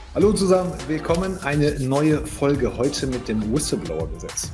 Hallo zusammen, willkommen. Eine neue Folge heute mit dem Whistleblower-Gesetz.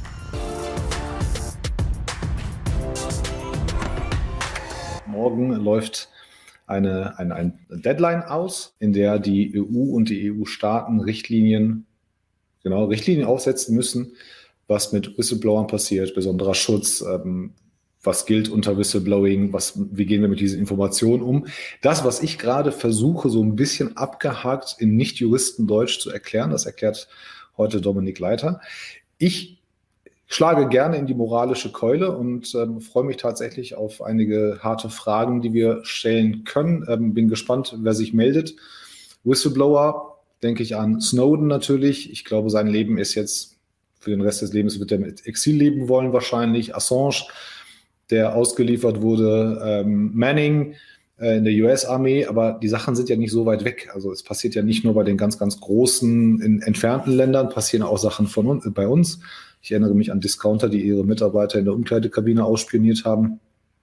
Morgen läuft eine Deadline aus, in der die EU und die EU-Staaten Richtlinien aufsetzen müssen, was mit Whistleblowern passiert, besonderer Schutz, was gilt unter Whistleblowing, wie gehen wir mit diesen Informationen um. Das, was ich gerade versuche, so ein bisschen abgehakt in Nicht-Juristendeutsch zu erklären, das erklärt heute Dominik Leiter. Ich schlage gerne in die moralische Keule und freue mich tatsächlich auf einige harte Fragen, die wir stellen können. Bin gespannt, wer sich meldet. Whistleblower, denke ich an Snowden natürlich. Ich glaube, sein Leben ist jetzt, für den Rest des Lebens wird er mit Exil leben wollen wahrscheinlich. Assange, der ausgeliefert wurde, Manning in der US-Armee, aber die Sachen sind ja nicht so weit weg. Also es passiert ja nicht nur bei den ganz, ganz großen, in entfernten Ländern, passieren auch Sachen bei uns. Ich erinnere mich an Discounter, die ihre Mitarbeiter in der Umkleidekabine ausspioniert haben.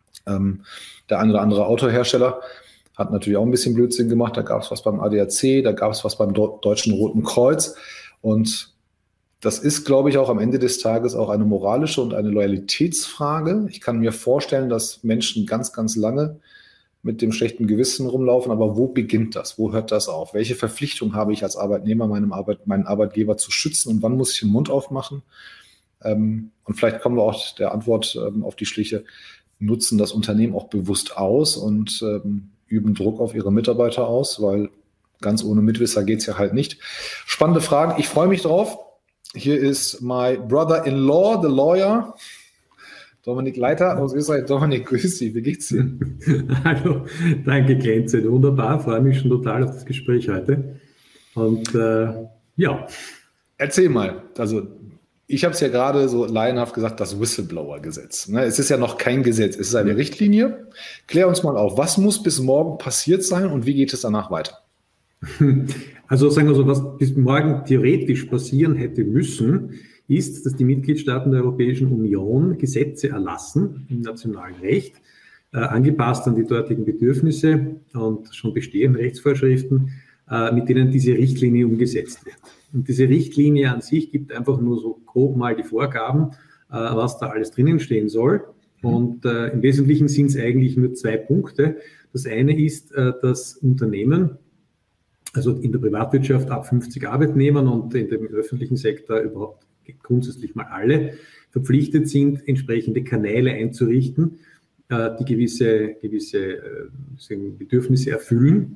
Der ein oder andere Autohersteller hat natürlich auch ein bisschen Blödsinn gemacht. Da gab es was beim ADAC, da gab es was beim Deutschen Roten Kreuz. Und das ist, glaube ich, auch am Ende des Tages auch eine moralische und eine Loyalitätsfrage. Ich kann mir vorstellen, dass Menschen ganz, ganz lange mit dem schlechten Gewissen rumlaufen. Aber wo beginnt das? Wo hört das auf? Welche Verpflichtung habe ich als Arbeitnehmer, meinen Arbeitgeber zu schützen? Und wann muss ich den Mund aufmachen? Und vielleicht kommen wir auch der Antwort auf die Schliche, nutzen das Unternehmen auch bewusst aus und üben Druck auf ihre Mitarbeiter aus, weil ganz ohne Mitwisser geht es ja halt nicht. Spannende Fragen. Ich freue mich drauf. Hier ist my brother-in-law, the lawyer, Dominik Leiter aus Österreich. Dominik, grüß dich, wie geht's dir? Hallo, danke Glenze, wunderbar, freue mich schon total auf das Gespräch heute. Und ja. Erzähl mal, also ich habe es ja gerade so laienhaft gesagt, das Whistleblower-Gesetz. Es ist ja noch kein Gesetz, es ist eine Richtlinie. Klär uns mal auf, was muss bis morgen passiert sein und wie geht es danach weiter? Also sagen wir so, was bis morgen theoretisch passieren hätte müssen, ist, dass die Mitgliedstaaten der Europäischen Union Gesetze erlassen im nationalen Recht, angepasst an die dortigen Bedürfnisse und schon bestehenden Rechtsvorschriften, mit denen diese Richtlinie umgesetzt wird. Und diese Richtlinie an sich gibt einfach nur so grob mal die Vorgaben, was da alles drinnen stehen soll. Und im Wesentlichen sind es eigentlich nur zwei Punkte. Das eine ist, dass Unternehmen, also in der Privatwirtschaft ab 50 Arbeitnehmern und in dem öffentlichen Sektor überhaupt grundsätzlich mal alle, verpflichtet sind, entsprechende Kanäle einzurichten, die gewisse Bedürfnisse erfüllen,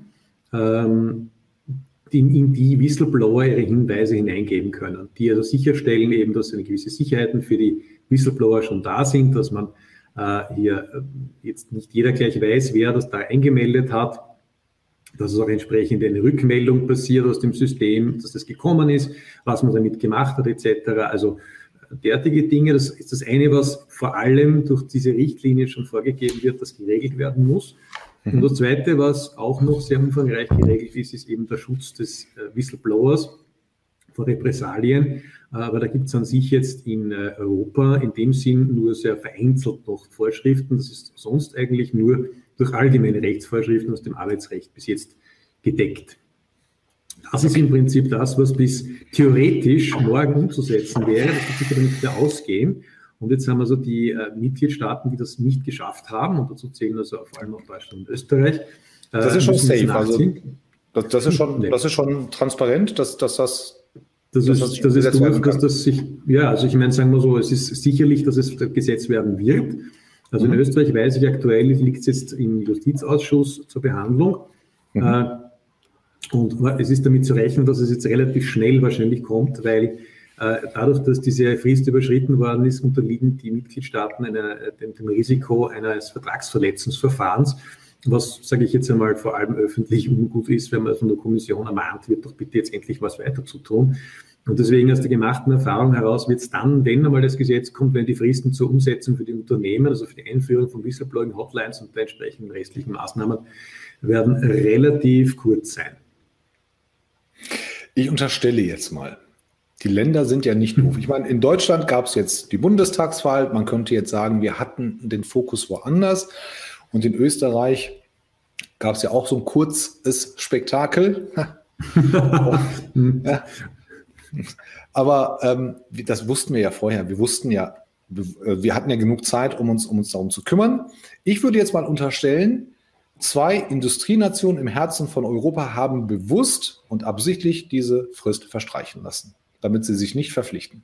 in die Whistleblower ihre Hinweise hineingeben können, die also sicherstellen eben, dass eine gewisse Sicherheiten für die Whistleblower schon da sind, dass man hier jetzt nicht jeder gleich weiß, wer das da eingemeldet hat, dass es auch entsprechend eine Rückmeldung passiert aus dem System, dass das gekommen ist, was man damit gemacht hat, etc. Also derartige Dinge, das ist das eine, was vor allem durch diese Richtlinie schon vorgegeben wird, das geregelt werden muss. Und das zweite, was auch noch sehr umfangreich geregelt ist, ist eben der Schutz des Whistleblowers vor Repressalien. Aber da gibt es an sich jetzt in Europa in dem Sinn nur sehr vereinzelt noch Vorschriften. Das ist sonst eigentlich nur durch allgemeine Rechtsvorschriften aus dem Arbeitsrecht bis jetzt gedeckt. Das ist im Prinzip das, was bis theoretisch morgen umzusetzen wäre. Das wird sicher nicht mehr ausgehen. Und jetzt haben wir so die Mitgliedstaaten, die das nicht geschafft haben, und dazu zählen also vor allem auch Deutschland und Österreich. Das ist schon safe. Also das ist schon transparent, dass ich meine, sagen wir so, es ist sicherlich, dass es Gesetz werden wird. Also in Österreich weiß ich aktuell, liegt es jetzt im Justizausschuss zur Behandlung. Und es ist damit zu rechnen, dass es jetzt relativ schnell wahrscheinlich kommt, weil dadurch, dass diese Frist überschritten worden ist, unterliegen die Mitgliedstaaten dem Risiko eines Vertragsverletzungsverfahrens, was, sage ich jetzt einmal, vor allem öffentlich ungut ist, wenn man von der Kommission ermahnt wird, doch bitte jetzt endlich was weiter zu tun. Und deswegen aus der gemachten Erfahrung heraus wird es dann, wenn einmal das Gesetz kommt, wenn die Fristen zur Umsetzung für die Unternehmen, also für die Einführung von Whistleblowing-Hotlines und der entsprechenden restlichen Maßnahmen, werden relativ kurz sein. Ich unterstelle jetzt mal, die Länder sind ja nicht doof. Ich meine, in Deutschland gab es jetzt die Bundestagswahl. Man könnte jetzt sagen, wir hatten den Fokus woanders. Und in Österreich gab es ja auch so ein kurzes Spektakel. Ja. Aber das wussten wir ja vorher. Wir wussten ja, wir hatten ja genug Zeit, um uns darum zu kümmern. Ich würde jetzt mal unterstellen, 2 Industrienationen im Herzen von Europa haben bewusst und absichtlich diese Frist verstreichen lassen, damit sie sich nicht verpflichten.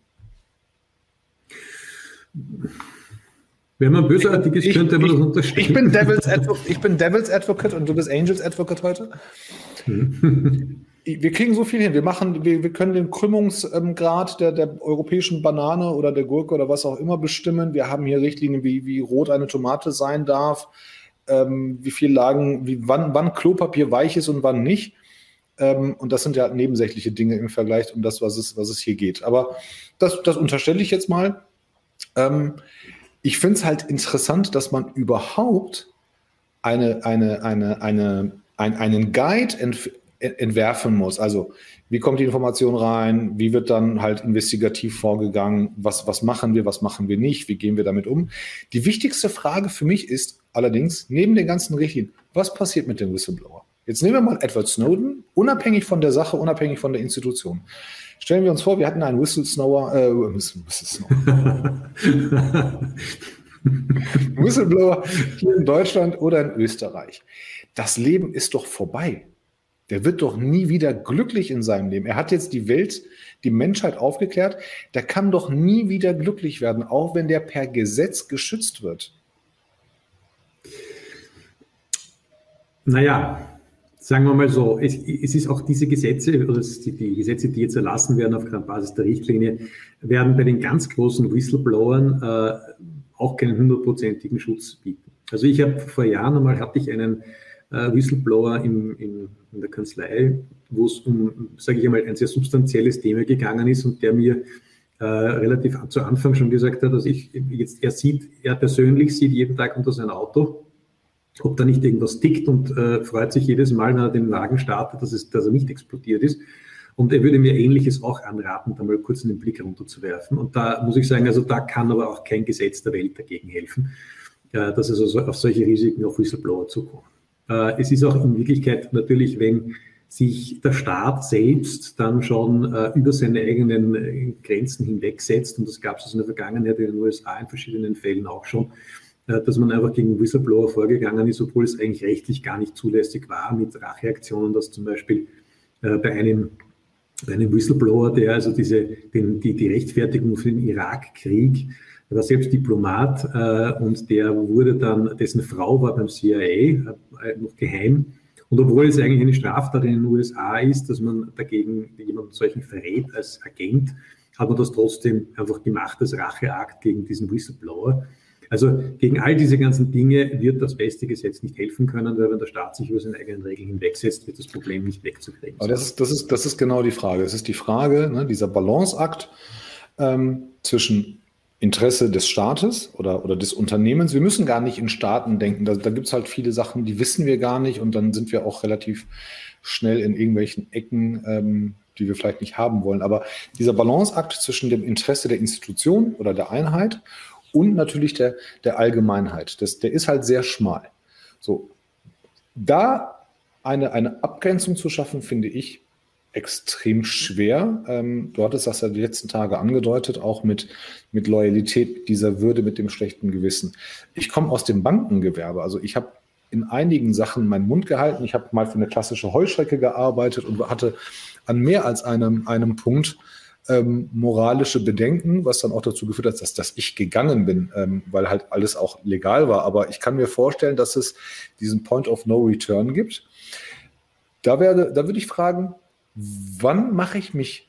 Wenn man bösartig ist, könnte man das unterstellen. Ich bin Devil's Advocate und du bist Angel's Advocate heute. Wir kriegen so viel hin. Wir können den Krümmungsgrad der europäischen Banane oder der Gurke oder was auch immer bestimmen. Wir haben hier Richtlinien, wie rot eine Tomate sein darf, wie viel Lagen, wann Klopapier weich ist und wann nicht. Und das sind ja nebensächliche Dinge im Vergleich um das, was es hier geht. Aber das unterstelle ich jetzt mal. Ich finde es halt interessant, dass man überhaupt einen Guide entwerfen muss. Also wie kommt die Information rein? Wie wird dann halt investigativ vorgegangen? Was machen wir nicht? Wie gehen wir damit um? Die wichtigste Frage für mich ist allerdings, neben den ganzen Richtlinien, was passiert mit dem Whistleblower? Jetzt nehmen wir mal Edward Snowden, unabhängig von der Sache, unabhängig von der Institution. Stellen wir uns vor, wir hatten einen Whistleblower hier in Deutschland oder in Österreich. Das Leben ist doch vorbei. Der wird doch nie wieder glücklich in seinem Leben. Er hat jetzt die Welt, die Menschheit aufgeklärt. Der kann doch nie wieder glücklich werden, auch wenn der per Gesetz geschützt wird. Naja, sagen wir mal so, es ist auch diese Gesetze, oder die Gesetze, die jetzt erlassen werden auf Basis der Richtlinie, werden bei den ganz großen Whistleblowern auch keinen 100%igen Schutz bieten. Also ich habe vor Jahren einmal hatte ich einen Whistleblower in der Kanzlei, wo es um, sage ich einmal, ein sehr substanzielles Thema gegangen ist und der mir relativ zu Anfang schon gesagt hat, dass er persönlich sieht jeden Tag unter sein Auto, ob da nicht irgendwas tickt und freut sich jedes Mal, wenn er den Wagen startet, dass er nicht explodiert ist. Und er würde mir Ähnliches auch anraten, da mal kurz einen Blick runterzuwerfen. Und da muss ich sagen, also da kann aber auch kein Gesetz der Welt dagegen helfen, dass es also auf solche Risiken auf Whistleblower zukommt. Es ist auch in Wirklichkeit natürlich, wenn sich der Staat selbst dann schon über seine eigenen Grenzen hinwegsetzt, und das gab es in der Vergangenheit in den USA in verschiedenen Fällen auch schon, dass man einfach gegen Whistleblower vorgegangen ist, obwohl es eigentlich rechtlich gar nicht zulässig war, mit Racheaktionen, dass zum Beispiel bei einem Whistleblower, der also die Rechtfertigung für den Irakkrieg, er war selbst Diplomat und dessen Frau war beim CIA noch geheim. Und obwohl es eigentlich eine Straftat in den USA ist, dass man dagegen jemanden solchen verrät als Agent, hat man das trotzdem einfach gemacht als Racheakt gegen diesen Whistleblower. Also gegen all diese ganzen Dinge wird das beste Gesetz nicht helfen können, weil wenn der Staat sich über seine eigenen Regeln hinwegsetzt, wird das Problem nicht wegzukriegen. Aber das ist genau die Frage. Es ist die Frage, ne, dieser Balanceakt zwischen Interesse des Staates oder des Unternehmens. Wir müssen gar nicht in Staaten denken. Da gibt es halt viele Sachen, die wissen wir gar nicht und dann sind wir auch relativ schnell in irgendwelchen Ecken, die wir vielleicht nicht haben wollen. Aber dieser Balanceakt zwischen dem Interesse der Institution oder der Einheit und natürlich der Allgemeinheit, der ist halt sehr schmal. So, da eine Abgrenzung zu schaffen, finde ich extrem schwer. Du hattest das ja die letzten Tage angedeutet, auch mit Loyalität dieser Würde, mit dem schlechten Gewissen. Ich komme aus dem Bankengewerbe, also ich habe in einigen Sachen meinen Mund gehalten. Ich habe mal für eine klassische Heuschrecke gearbeitet und hatte an mehr als einem Punkt moralische Bedenken, was dann auch dazu geführt hat, dass ich gegangen bin, weil halt alles auch legal war. Aber ich kann mir vorstellen, dass es diesen Point of No Return gibt. Da würde ich fragen, wann mache ich mich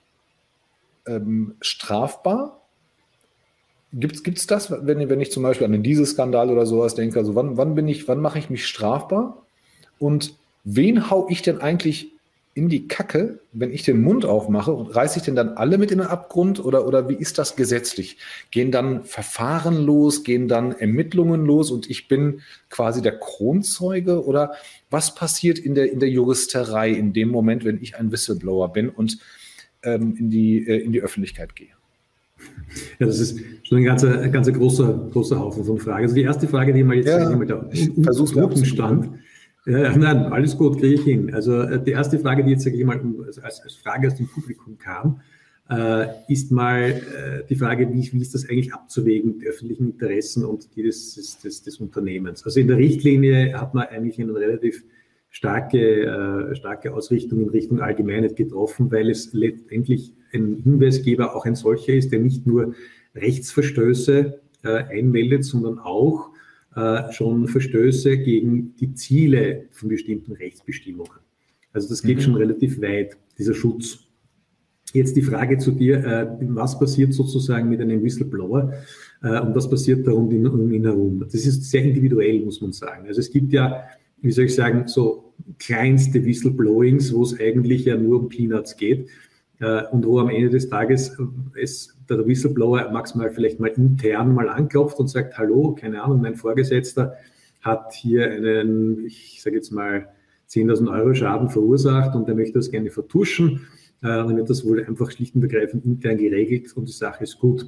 strafbar? Gibt's das, wenn ich zum Beispiel an den Dieselskandal oder sowas denke? Also wann mache ich mich strafbar? Und wen hau ich denn eigentlich in die Kacke, wenn ich den Mund aufmache? Und reiße ich denn dann alle mit in den Abgrund? Oder wie ist das gesetzlich? Gehen dann Verfahren los? Gehen dann Ermittlungen los? Und ich bin quasi der Kronzeuge? Oder was passiert in der Juristerei in dem Moment, wenn ich ein Whistleblower bin und in die Öffentlichkeit gehe? Ja, das ist schon ein ganzer großer Haufen von Fragen. Also die erste Frage, die mal jetzt Gruppenstand. Ja, nein, alles gut, kriege ich hin. Also die erste Frage, die jetzt, sage ich mal, als Frage aus dem Publikum kam, ist mal die Frage, wie ist das eigentlich abzuwägen, die öffentlichen Interessen und die des Unternehmens. Also in der Richtlinie hat man eigentlich eine relativ starke Ausrichtung in Richtung Allgemeinheit getroffen, weil es letztendlich ein Hinweisgeber auch ein solcher ist, der nicht nur Rechtsverstöße einmeldet, sondern auch schon Verstöße gegen die Ziele von bestimmten Rechtsbestimmungen. Also das geht schon relativ weit, dieser Schutz. Jetzt die Frage zu dir, was passiert sozusagen mit einem Whistleblower und was passiert da um ihn herum? Das ist sehr individuell, muss man sagen. Also es gibt ja, wie soll ich sagen, so kleinste Whistleblowings, wo es eigentlich ja nur um Peanuts geht und wo am Ende des Tages der Whistleblower maximal vielleicht mal intern mal anklopft und sagt, hallo, keine Ahnung, mein Vorgesetzter hat hier einen, ich sage jetzt mal, 10.000 Euro Schaden verursacht und er möchte das gerne vertuschen. Dann wird das wohl einfach schlicht und ergreifend intern geregelt und die Sache ist gut.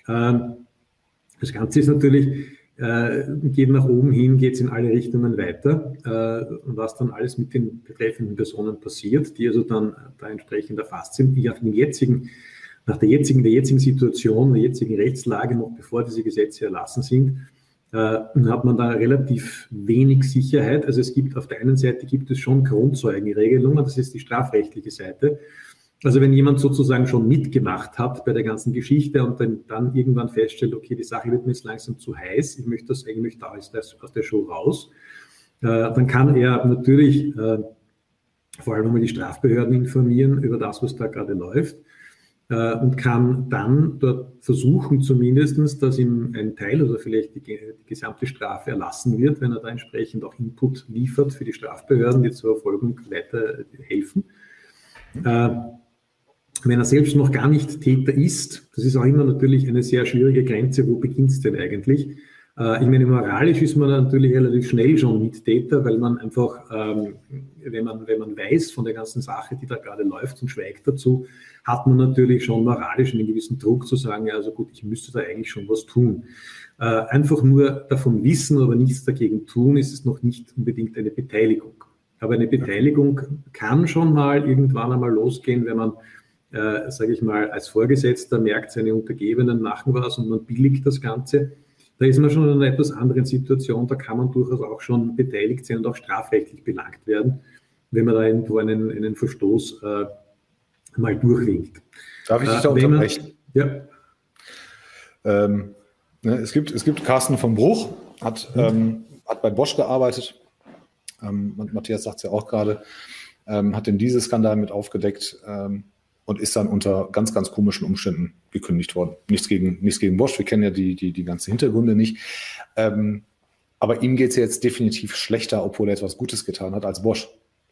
Das Ganze ist natürlich, geht nach oben hin, geht es in alle Richtungen weiter. Und was dann alles mit den betreffenden Personen passiert, die also dann da entsprechend erfasst sind, nach der jetzigen Situation, der jetzigen Rechtslage, noch bevor diese Gesetze erlassen sind, hat man da relativ wenig Sicherheit. Also es gibt auf der einen Seite gibt es schon Grundzeugenregelungen, das ist die strafrechtliche Seite. Also wenn jemand sozusagen schon mitgemacht hat bei der ganzen Geschichte und dann irgendwann feststellt, okay, die Sache wird mir jetzt langsam zu heiß, ich möchte das eigentlich da aus der Show raus, dann kann er natürlich vor allem einmal die Strafbehörden informieren über das, was da gerade läuft und kann dann dort versuchen zumindest, dass ihm ein Teil oder vielleicht die gesamte Strafe erlassen wird, wenn er da entsprechend auch Input liefert für die Strafbehörden, die zur Verfolgung weiterhelfen. Wenn er selbst noch gar nicht Täter ist, das ist auch immer natürlich eine sehr schwierige Grenze, wo beginnt es denn eigentlich? Ich meine, moralisch ist man natürlich relativ schnell schon Mittäter, weil man einfach, wenn man weiß von der ganzen Sache, die da gerade läuft und schweigt dazu, hat man natürlich schon moralisch einen gewissen Druck zu sagen, ja, also gut, ich müsste da eigentlich schon was tun. Einfach nur davon wissen, aber nichts dagegen tun, ist es noch nicht unbedingt eine Beteiligung. Aber eine Beteiligung kann schon mal irgendwann einmal losgehen, wenn man sage ich mal, als Vorgesetzter merkt, seine Untergebenen machen was und man billigt das Ganze, da ist man schon in einer etwas anderen Situation, da kann man durchaus auch schon beteiligt sein und auch strafrechtlich belangt werden, wenn man da irgendwo einen Verstoß mal durchwinkt. Darf ich dich da unterbrechen? Ja. Es gibt Carsten von Bruch, hat bei Bosch gearbeitet, Matthias sagt es ja auch gerade, hat den Dieselskandal mit aufgedeckt, und ist dann unter ganz, ganz komischen Umständen gekündigt worden. Nichts gegen Bosch, wir kennen ja die ganzen Hintergründe nicht. Aber ihm geht es jetzt definitiv schlechter, obwohl er etwas Gutes getan hat, als Bosch.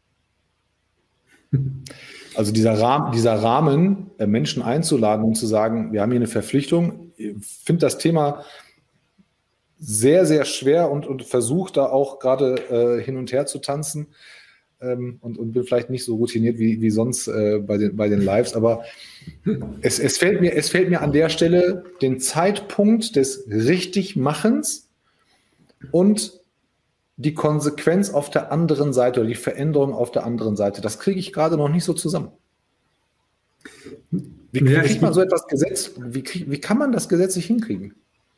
Also dieser Rahmen, Menschen einzuladen und zu sagen, wir haben hier eine Verpflichtung. Ich finde das Thema sehr, sehr schwer und versuche da auch gerade hin und her zu tanzen. Und bin vielleicht nicht so routiniert wie sonst bei den Lives, aber es fällt mir an der Stelle den Zeitpunkt des Richtigmachens und die Konsequenz auf der anderen Seite oder die Veränderung auf der anderen Seite, das kriege ich gerade noch nicht so zusammen. Wie kriegt man so etwas Gesetz, wie kann man das gesetzlich hinkriegen?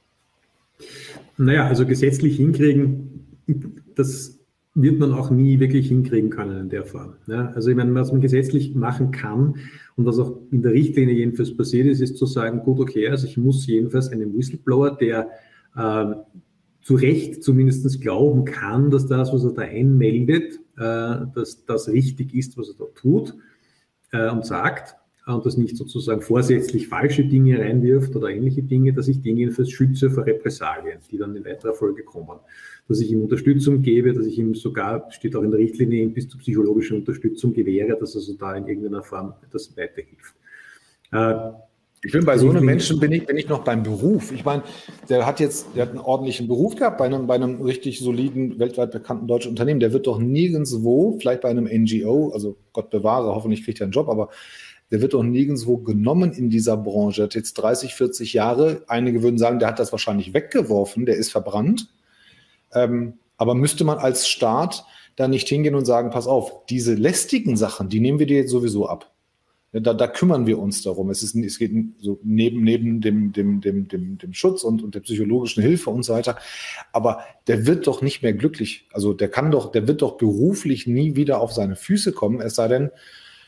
Naja, also gesetzlich hinkriegen, das wird man auch nie wirklich hinkriegen können in der Form. Ja, also ich meine, was man gesetzlich machen kann und was auch in der Richtlinie jedenfalls passiert ist zu sagen, gut, okay, also ich muss jedenfalls einem Whistleblower, der zu Recht zumindest glauben kann, dass das, was er da einmeldet, dass das richtig ist, was er da tut und sagt und das nicht sozusagen vorsätzlich falsche Dinge reinwirft oder ähnliche Dinge, dass ich den jedenfalls schütze vor Repressalien, die dann in weiterer Folge kommen. Dass ich ihm Unterstützung gebe, dass ich ihm sogar, steht auch in der Richtlinie, bis zur psychologischen Unterstützung gewähre, dass also da in irgendeiner Form das weiterhilft. Ich bin bei so einem Menschen, bin ich noch beim Beruf. Ich meine, der hat einen ordentlichen Beruf gehabt bei einem richtig soliden, weltweit bekannten deutschen Unternehmen. Der wird doch nirgendwo, vielleicht bei einem NGO, also Gott bewahre, hoffentlich kriegt er einen Job, aber der wird doch nirgendwo genommen in dieser Branche. Der hat jetzt 30, 40 Jahre. Einige würden sagen, der hat das wahrscheinlich weggeworfen, der ist verbrannt. Aber müsste man als Staat da nicht hingehen und sagen, pass auf, diese lästigen Sachen, die nehmen wir dir jetzt sowieso ab. Da kümmern wir uns darum. Es geht so neben dem Schutz und der psychologischen Hilfe und so weiter. Aber der wird doch nicht mehr glücklich. Also der wird doch beruflich nie wieder auf seine Füße kommen, es sei denn,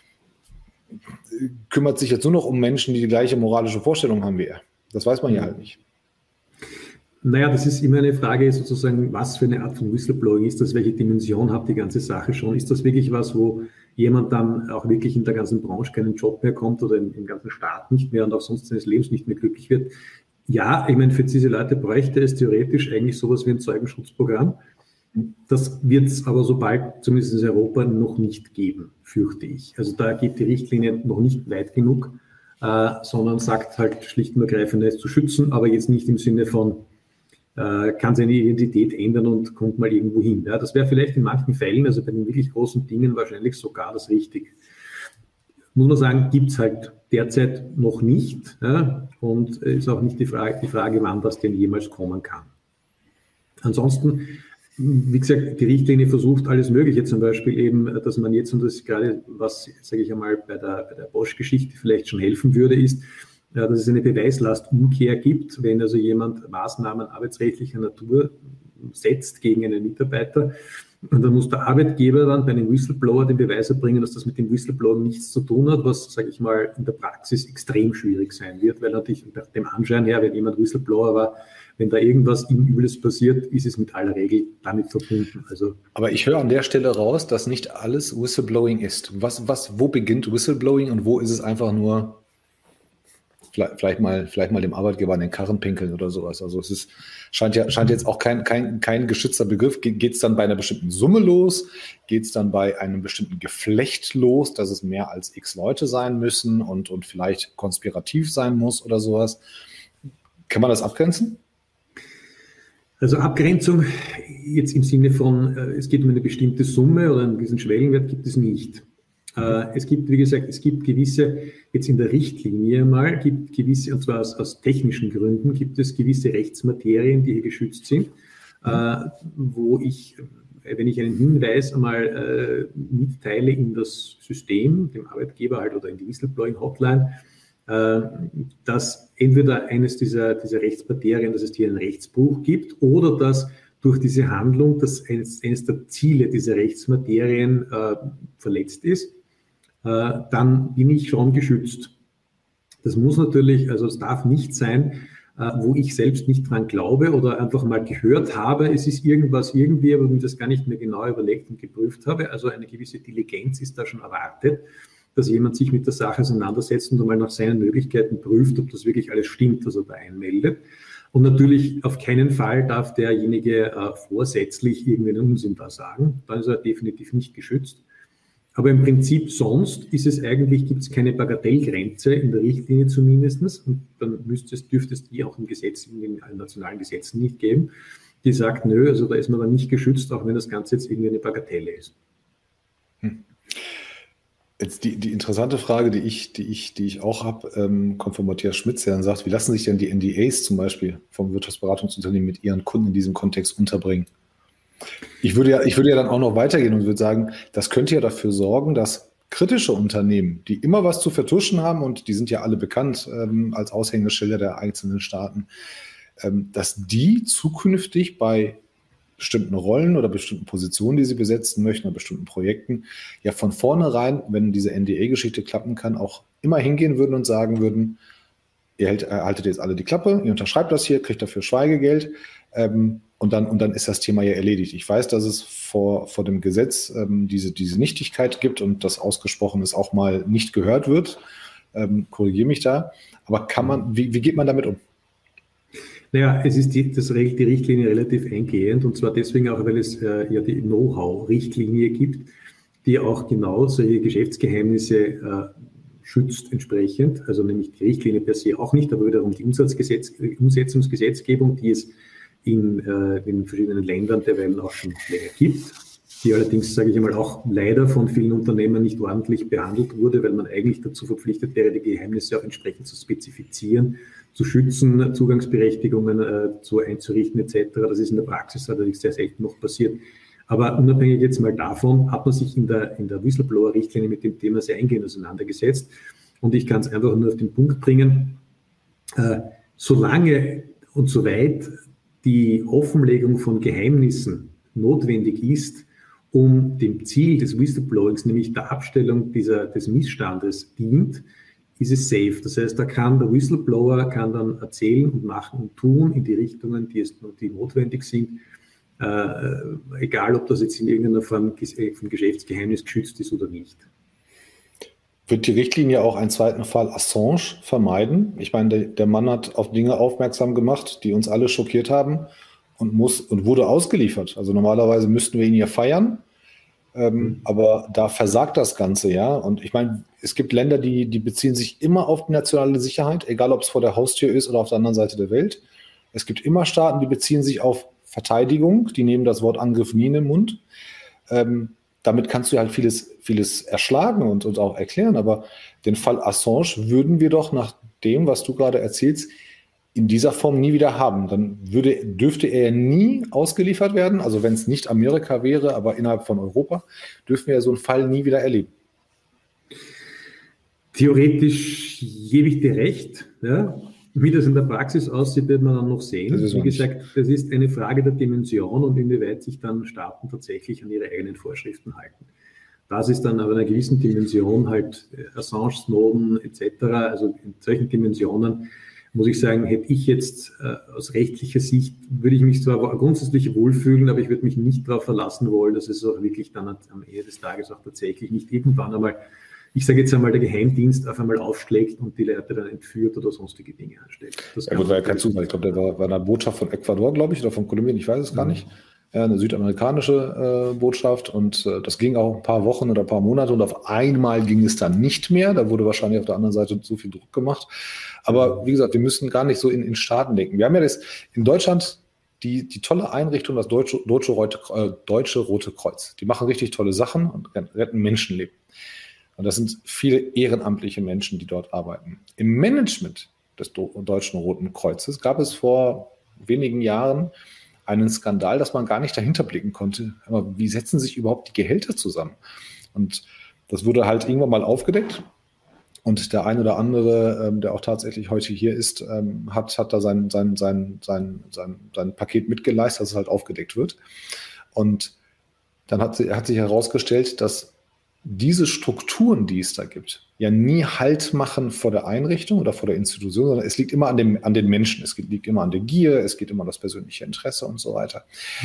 kümmert sich jetzt nur noch um Menschen, die gleiche moralische Vorstellung haben wie er. Das weiß man ja halt nicht. Naja, das ist immer eine Frage sozusagen, was für eine Art von Whistleblowing ist das, welche Dimension hat die ganze Sache schon? Ist das wirklich was, wo jemand dann auch wirklich in der ganzen Branche keinen Job mehr kommt oder im ganzen Staat nicht mehr und auch sonst seines Lebens nicht mehr glücklich wird? Ja, ich meine, für diese Leute bräuchte es theoretisch eigentlich sowas wie ein Zeugenschutzprogramm. Das wird es aber sobald, zumindest in Europa, noch nicht geben, fürchte ich. Also da geht die Richtlinie noch nicht weit genug, sondern sagt halt schlicht und ergreifend, es zu schützen, aber jetzt nicht im Sinne von, kann seine Identität ändern und kommt mal irgendwo hin. Ja, das wäre vielleicht in manchen Fällen, also bei den wirklich großen Dingen, wahrscheinlich sogar das Richtige. Muss man sagen, gibt es halt derzeit noch nicht. Ja, und ist auch nicht die Frage, wann das denn jemals kommen kann. Ansonsten, wie gesagt, die Richtlinie versucht alles Mögliche, zum Beispiel eben, dass man jetzt, und das ist gerade, was, sage ich einmal, bei der Bosch-Geschichte vielleicht schon helfen würde, ist, dass es eine Beweislastumkehr gibt, wenn also jemand Maßnahmen arbeitsrechtlicher Natur setzt gegen einen Mitarbeiter. Und dann muss der Arbeitgeber dann bei einem Whistleblower den Beweis erbringen, dass das mit dem Whistleblowing nichts zu tun hat, was, sage ich mal, in der Praxis extrem schwierig sein wird, weil natürlich dem Anschein her, wenn jemand Whistleblower war, wenn da irgendwas ihm Übles passiert, ist es mit aller Regel damit verbunden. Also, aber ich höre an der Stelle raus, dass nicht alles Whistleblowing ist. Wo beginnt Whistleblowing und wo ist es einfach nur vielleicht mal dem Arbeitgeber an den Karren pinkeln oder sowas. Also es scheint jetzt auch kein geschützter Begriff. Geht es dann bei einer bestimmten Summe los? Geht es dann bei einem bestimmten Geflecht los, dass es mehr als x Leute sein müssen und vielleicht konspirativ sein muss oder sowas? Kann man das abgrenzen? Also Abgrenzung jetzt im Sinne von, es geht um eine bestimmte Summe oder einen gewissen Schwellenwert, gibt es nicht. Es gibt, wie gesagt, gewisse, jetzt in der Richtlinie mal, gibt gewisse, und zwar aus technischen Gründen, gibt es gewisse Rechtsmaterien, die hier geschützt sind, wo ich, wenn ich einen Hinweis einmal mitteile in das System, dem Arbeitgeber halt oder in die Whistleblowing-Hotline, dass entweder eines dieser Rechtsmaterien, dass es hier einen Rechtsbruch gibt oder dass durch diese Handlung, dass eines der Ziele dieser Rechtsmaterien verletzt ist, dann bin ich schon geschützt. Das muss natürlich, also es darf nicht sein, wo ich selbst nicht dran glaube oder einfach mal gehört habe, es ist irgendwas irgendwie, aber mir das gar nicht mehr genau überlegt und geprüft habe. Also eine gewisse Diligenz ist da schon erwartet, dass jemand sich mit der Sache auseinandersetzt und einmal nach seinen Möglichkeiten prüft, ob das wirklich alles stimmt, was er da einmeldet. Und natürlich auf keinen Fall darf derjenige vorsätzlich irgendeinen Unsinn da sagen. Dann ist er definitiv nicht geschützt. Aber im Prinzip sonst ist es eigentlich, gibt es keine Bagatellgrenze in der Richtlinie zumindest. Und dann dürfte es die auch im Gesetz, in den nationalen Gesetzen nicht geben, die sagt, nö, also da ist man dann nicht geschützt, auch wenn das Ganze jetzt irgendwie eine Bagatelle ist. Jetzt die interessante Frage, die ich auch habe, kommt von Matthias Schmitz, der dann sagt, wie lassen sich denn die NDAs zum Beispiel vom Wirtschaftsberatungsunternehmen mit ihren Kunden in diesem Kontext unterbringen? Ich würde ja dann auch noch weitergehen und würde sagen, das könnte ja dafür sorgen, dass kritische Unternehmen, die immer was zu vertuschen haben, und die sind ja alle bekannt als Aushängeschilder der einzelnen Staaten, dass die zukünftig bei bestimmten Rollen oder bestimmten Positionen, die sie besetzen möchten, oder bestimmten Projekten, ja von vornherein, wenn diese NDA-Geschichte klappen kann, auch immer hingehen würden und sagen würden, ihr haltet jetzt alle die Klappe, ihr unterschreibt das hier, kriegt dafür Schweigegeld, und dann ist das Thema ja erledigt. Ich weiß, dass es vor dem Gesetz diese Nichtigkeit gibt und das Ausgesprochenes auch mal nicht gehört wird. Korrigiere mich da. Aber wie geht man damit um? Naja, es ist die Richtlinie relativ eingehend, und zwar deswegen auch, weil es ja die Know-how-Richtlinie gibt, die auch genau solche Geschäftsgeheimnisse schützt entsprechend. Also nämlich die Richtlinie per se auch nicht, aber wiederum die Umsetzungsgesetzgebung, die es in den verschiedenen Ländern derweil auch schon länger gibt, die allerdings, sage ich einmal, auch leider von vielen Unternehmen nicht ordentlich behandelt wurde, weil man eigentlich dazu verpflichtet wäre, die Geheimnisse auch entsprechend zu spezifizieren, zu schützen, Zugangsberechtigungen einzurichten etc. Das ist in der Praxis allerdings sehr selten noch passiert. Aber unabhängig jetzt mal davon, hat man sich in der Whistleblower-Richtlinie mit dem Thema sehr eingehend auseinandergesetzt. Und ich kann es einfach nur auf den Punkt bringen, solange und soweit die Offenlegung von Geheimnissen notwendig ist, um dem Ziel des Whistleblowings, nämlich der Abstellung des Missstandes dient, ist es safe. Das heißt, der Whistleblower kann dann erzählen und machen und tun in die Richtungen, die notwendig sind, egal ob das jetzt in irgendeiner Form von Geschäftsgeheimnis geschützt ist oder nicht. Wird die Richtlinie auch einen zweiten Fall Assange vermeiden? Ich meine, der Mann hat auf Dinge aufmerksam gemacht, die uns alle schockiert haben und wurde ausgeliefert. Also normalerweise müssten wir ihn ja feiern, aber da versagt das Ganze, ja. Und ich meine, es gibt Länder, die beziehen sich immer auf die nationale Sicherheit, egal ob es vor der Haustür ist oder auf der anderen Seite der Welt. Es gibt immer Staaten, die beziehen sich auf Verteidigung, die nehmen das Wort Angriff nie in den Mund. Damit kannst du halt vieles erschlagen und auch erklären, aber den Fall Assange würden wir doch nach dem, was du gerade erzählst, in dieser Form nie wieder haben. Dann dürfte er nie ausgeliefert werden, also wenn es nicht Amerika wäre, aber innerhalb von Europa, dürfen wir ja so einen Fall nie wieder erleben. Theoretisch gebe ich dir recht, ja. Wie das in der Praxis aussieht, wird man dann noch sehen. Wie gesagt, das ist eine Frage der Dimension und inwieweit sich dann Staaten tatsächlich an ihre eigenen Vorschriften halten. Das ist dann aber in einer gewissen Dimension halt Assange, Snowden etc. Also in solchen Dimensionen muss ich sagen, hätte ich jetzt aus rechtlicher Sicht, würde ich mich zwar grundsätzlich wohlfühlen, aber ich würde mich nicht darauf verlassen wollen, dass es auch wirklich dann am Ende des Tages auch tatsächlich nicht irgendwann einmal, ich sage jetzt einmal, der Geheimdienst auf einmal aufschlägt und die Leute dann entführt oder sonstige Dinge anstellt. Das ja gut, war ja kein Zufall. Ich glaube, der war in der Botschaft von Ecuador, glaube ich, oder von Kolumbien, ich weiß es gar nicht. Eine südamerikanische Botschaft und das ging auch ein paar Wochen oder ein paar Monate und auf einmal ging es dann nicht mehr. Da wurde wahrscheinlich auf der anderen Seite so viel Druck gemacht. Aber wie gesagt, wir müssen gar nicht so in Staaten denken. Wir haben ja das in Deutschland die tolle Einrichtung, das Deutsche Rote Kreuz. Die machen richtig tolle Sachen und retten Menschenleben. Und das sind viele ehrenamtliche Menschen, die dort arbeiten. Im Management des Deutschen Roten Kreuzes gab es vor wenigen Jahren einen Skandal, dass man gar nicht dahinter blicken konnte. Aber wie setzen sich überhaupt die Gehälter zusammen? Und das wurde halt irgendwann mal aufgedeckt. Und der ein oder andere, der auch tatsächlich heute hier ist, hat da sein Paket mitgeleistet, dass es halt aufgedeckt wird. Und dann hat sich herausgestellt, dass diese Strukturen, die es da gibt, ja nie Halt machen vor der Einrichtung oder vor der Institution, sondern es liegt immer an den Menschen. Es liegt immer an der Gier, es geht immer an das persönliche Interesse und so weiter.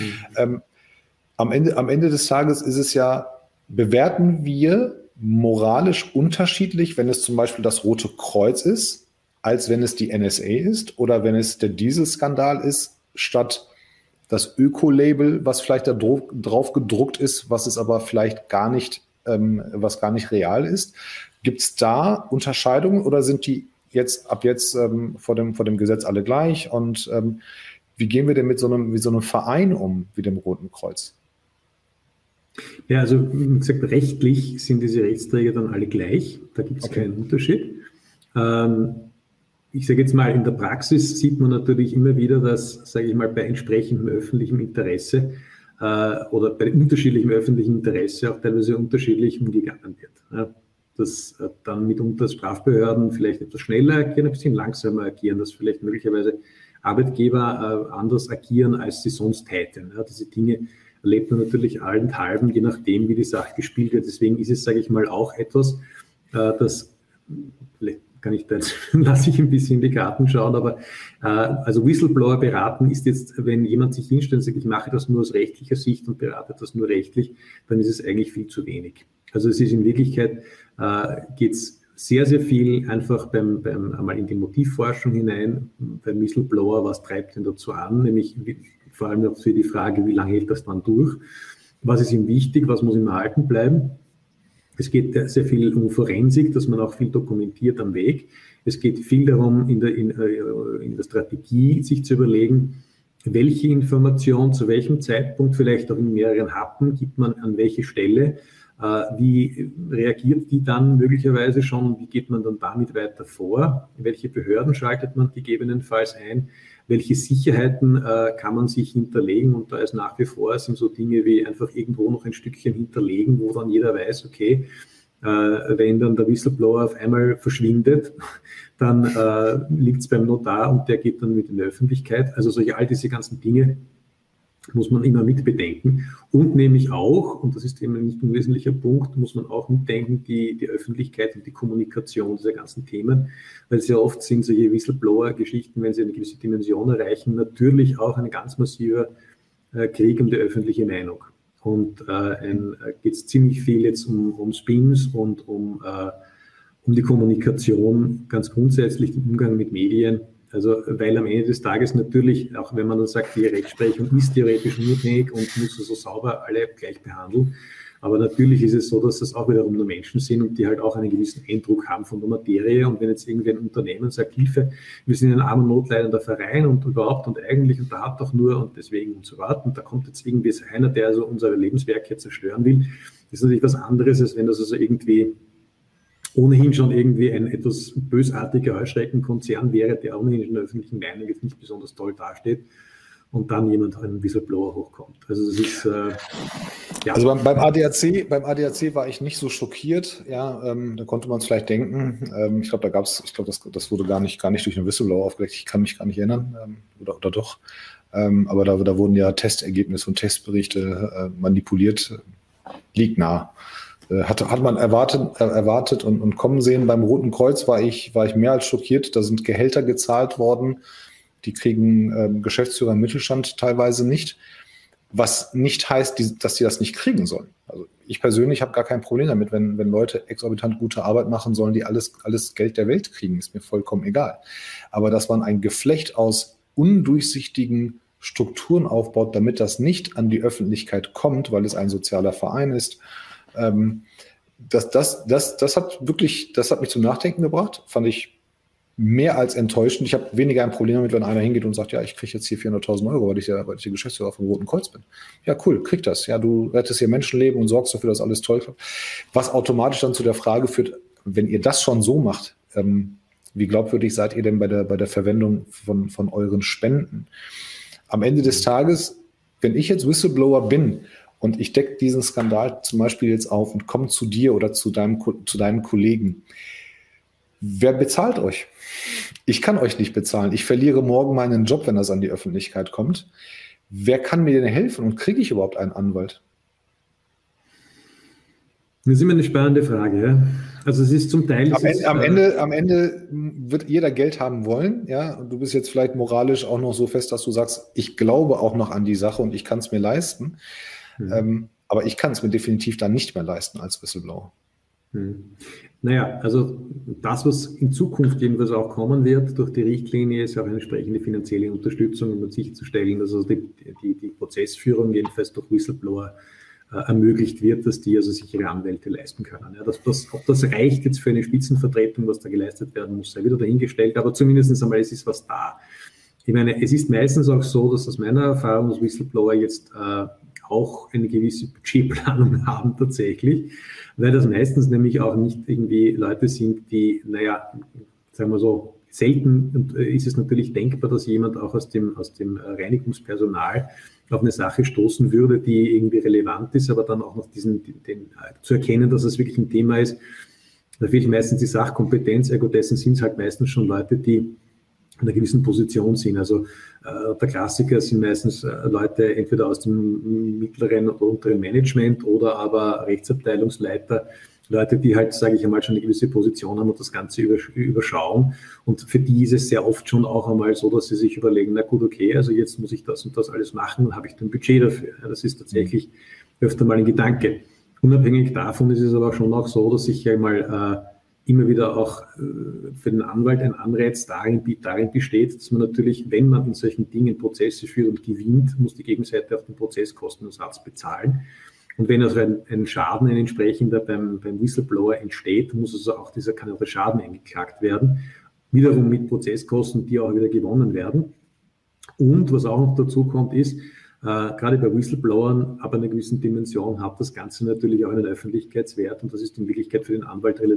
Am Ende des Tages ist es ja, bewerten wir moralisch unterschiedlich, wenn es zum Beispiel das Rote Kreuz ist, als wenn es die NSA ist oder wenn es der Dieselskandal ist, statt das Öko-Label, was vielleicht da drauf gedruckt ist, was es aber vielleicht was gar nicht real ist. Gibt es da Unterscheidungen oder sind die ab jetzt vor dem Gesetz alle gleich? Und wie gehen wir denn mit so einem Verein um, wie dem Roten Kreuz? Ja, also wie gesagt, rechtlich sind diese Rechtsträger dann alle gleich. Da gibt es keinen Unterschied. Ich sage jetzt mal, in der Praxis sieht man natürlich immer wieder, dass, sage ich mal, bei entsprechendem öffentlichem Interesse oder bei unterschiedlichem öffentlichen Interesse auch teilweise unterschiedlich umgegangen wird. Ja, dass dann mitunter Strafbehörden vielleicht etwas schneller agieren, ein bisschen langsamer agieren, dass vielleicht möglicherweise Arbeitgeber anders agieren, als sie sonst täten. Ja, diese Dinge erlebt man natürlich allenthalben, je nachdem, wie die Sache gespielt wird. Deswegen ist es, sage ich mal, auch etwas, das lasse ich ein bisschen in die Karten schauen, aber also Whistleblower beraten ist jetzt, wenn jemand sich hinstellt und sagt, ich mache das nur aus rechtlicher Sicht und berate das nur rechtlich, dann ist es eigentlich viel zu wenig. Also es ist in Wirklichkeit, geht es sehr, sehr viel einfach einmal in die Motivforschung hinein, beim Whistleblower, was treibt ihn dazu an, nämlich vor allem auch für die Frage, wie lange hält das dann durch, was ist ihm wichtig, was muss ihm erhalten bleiben. Es geht sehr viel um Forensik, dass man auch viel dokumentiert am Weg. Es geht viel darum, in der Strategie sich zu überlegen, welche Information zu welchem Zeitpunkt, vielleicht auch in mehreren Happen, gibt man an welche Stelle, wie reagiert die dann möglicherweise schon, wie geht man dann damit weiter vor, welche Behörden schaltet man gegebenenfalls ein, welche Sicherheiten kann man sich hinterlegen, und da ist nach wie vor sind so Dinge wie einfach irgendwo noch ein Stückchen hinterlegen, wo dann jeder weiß, okay, wenn dann der Whistleblower auf einmal verschwindet, dann liegt es beim Notar und der geht dann mit in die Öffentlichkeit. Also all diese ganzen Dinge muss man immer mitbedenken. Und nämlich auch, und das ist eben nicht ein wesentlicher Punkt, muss man auch mitdenken, die Öffentlichkeit und die Kommunikation dieser ganzen Themen, weil sehr oft sind solche Whistleblower-Geschichten, wenn sie eine gewisse Dimension erreichen, natürlich auch ein ganz massiver Krieg um die öffentliche Meinung. Und geht es ziemlich viel jetzt um Spins und um die Kommunikation, ganz grundsätzlich den Umgang mit Medien. Also, weil am Ende des Tages natürlich, auch wenn man dann sagt, die Rechtsprechung ist theoretisch unabhängig und muss also sauber alle gleich behandeln, aber natürlich ist es so, dass das auch wiederum nur Menschen sind und die halt auch einen gewissen Eindruck haben von der Materie. Und wenn jetzt irgendwie ein Unternehmen sagt, Hilfe, wir sind ein armer, notleidender Verein und überhaupt und eigentlich und da hat doch nur und deswegen und so weiter, und da kommt jetzt irgendwie einer, der also unsere Lebenswerke zerstören will, das ist natürlich was anderes, als wenn das also irgendwie ohnehin schon irgendwie ein etwas bösartiger Heuschreckenkonzern wäre, der ohnehin in der öffentlichen Meinung jetzt nicht besonders toll dasteht und dann jemand einen Whistleblower hochkommt. Also das ist ja. Also beim ADAC war ich nicht so schockiert. Ja, da konnte man es vielleicht denken. Ich glaube, das wurde gar nicht durch einen Whistleblower aufgedeckt. Ich kann mich gar nicht erinnern oder doch. Aber da wurden ja Testergebnisse und Testberichte manipuliert. Liegt nah. Hat man erwartet und kommen sehen. Beim Roten Kreuz war ich mehr als schockiert. Da sind Gehälter gezahlt worden. Die kriegen Geschäftsführer im Mittelstand teilweise nicht. Was nicht heißt, dass sie das nicht kriegen sollen. Also ich persönlich habe gar kein Problem damit, wenn Leute exorbitant gute Arbeit machen, sollen die alles Geld der Welt kriegen. Ist mir vollkommen egal. Aber dass man ein Geflecht aus undurchsichtigen Strukturen aufbaut, damit das nicht an die Öffentlichkeit kommt, weil es ein sozialer Verein ist, das hat mich zum Nachdenken gebracht, fand ich mehr als enttäuschend. Ich habe weniger ein Problem damit, wenn einer hingeht und sagt, ja, ich kriege jetzt hier 400.000 Euro, weil ich der Geschäftsführer vom Roten Kreuz bin. Ja, cool, krieg das. Ja, du rettest hier Menschenleben und sorgst dafür, dass alles toll klappt. Was automatisch dann zu der Frage führt, wenn ihr das schon so macht, wie glaubwürdig seid ihr denn bei der Verwendung von euren Spenden? Am Ende des Tages, wenn ich jetzt Whistleblower bin und ich decke diesen Skandal zum Beispiel jetzt auf und komme zu dir oder zu deinem Kollegen, wer bezahlt euch? Ich kann euch nicht bezahlen. Ich verliere morgen meinen Job, wenn das an die Öffentlichkeit kommt. Wer kann mir denn helfen und kriege ich überhaupt einen Anwalt? Das ist immer eine spannende Frage. Ja? Also es ist zum Teil... Am Ende wird jeder Geld haben wollen. Ja? Und du bist jetzt vielleicht moralisch auch noch so fest, dass du sagst, ich glaube auch noch an die Sache und ich kann es mir leisten. Aber ich kann es mir definitiv dann nicht mehr leisten als Whistleblower. Naja, also das, was in Zukunft jedenfalls auch kommen wird durch die Richtlinie, ist auch eine entsprechende finanzielle Unterstützung, um sicherzustellen, dass also die Prozessführung jedenfalls durch Whistleblower ermöglicht wird, dass die also sich ihre Anwälte leisten können. Ja, ob das reicht jetzt für eine Spitzenvertretung, was da geleistet werden muss, sei wieder dahingestellt, aber zumindest einmal, es ist was da. Ich meine, es ist meistens auch so, dass aus meiner Erfahrung, dass Whistleblower jetzt auch eine gewisse Budgetplanung haben tatsächlich, weil das meistens nämlich auch nicht irgendwie Leute sind, die, sagen wir so, selten ist es natürlich denkbar, dass jemand auch aus dem Reinigungspersonal auf eine Sache stoßen würde, die irgendwie relevant ist, aber dann auch noch zu erkennen, dass es wirklich ein Thema ist. Da fehlt meistens die Sachkompetenz, ergo dessen sind es halt meistens schon Leute, die in einer gewissen Position sind. Also der Klassiker sind meistens Leute entweder aus dem mittleren oder unteren Management oder aber Rechtsabteilungsleiter, Leute, die halt, sage ich einmal, schon eine gewisse Position haben und das Ganze überschauen. Und für die ist es sehr oft schon auch einmal so, dass sie sich überlegen, na gut, okay, also jetzt muss ich das und das alles machen und habe ich ein Budget dafür. Ja, das ist tatsächlich öfter mal ein Gedanke. Unabhängig davon ist es aber schon auch so, dass ich ja mal immer wieder auch für den Anwalt ein Anreiz darin besteht, dass man natürlich, wenn man in solchen Dingen Prozesse führt und gewinnt, muss die Gegenseite auch den Prozesskostenersatz bezahlen. Und wenn also ein Schaden, ein entsprechender beim Whistleblower entsteht, muss also auch kann der Schaden eingeklagt werden. Wiederum mit Prozesskosten, die auch wieder gewonnen werden. Und was auch noch dazu kommt, ist, gerade bei Whistleblowern ab einer gewissen Dimension hat das Ganze natürlich auch einen Öffentlichkeitswert und das ist in Wirklichkeit für den Anwalt relativ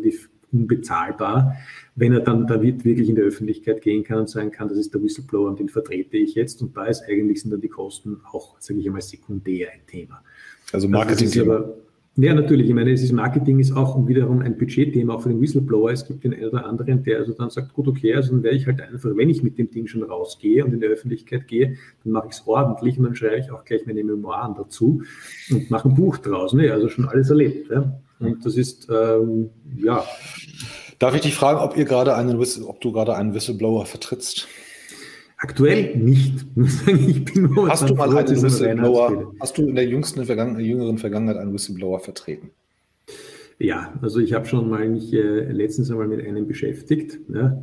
unbezahlbar, wenn er dann damit wirklich in die Öffentlichkeit gehen kann und sagen kann, das ist der Whistleblower und den vertrete ich jetzt. Und da sind dann die Kosten auch, sage ich einmal, sekundär ein Thema. Also Marketing-Thema. Ja, natürlich. Ich meine, es ist Marketing ist auch wiederum ein Budgetthema, auch für den Whistleblower. Es gibt den einen oder anderen, der also dann sagt, gut, okay, also dann werde ich halt einfach, wenn ich mit dem Ding schon rausgehe und in die Öffentlichkeit gehe, dann mache ich es ordentlich und dann schreibe ich auch gleich meine Memoiren dazu und mache ein Buch draus. Ne? Also schon alles erlebt. Ja? Und das ist, ja. Darf ich dich fragen, ob du gerade einen Whistleblower vertrittst? Aktuell nicht. Ich bin hast du mal einen Whistleblower, hast du in der jüngeren Vergangenheit einen Whistleblower vertreten? Ja, also ich habe schon mal mich letztens einmal mit einem beschäftigt. Ja.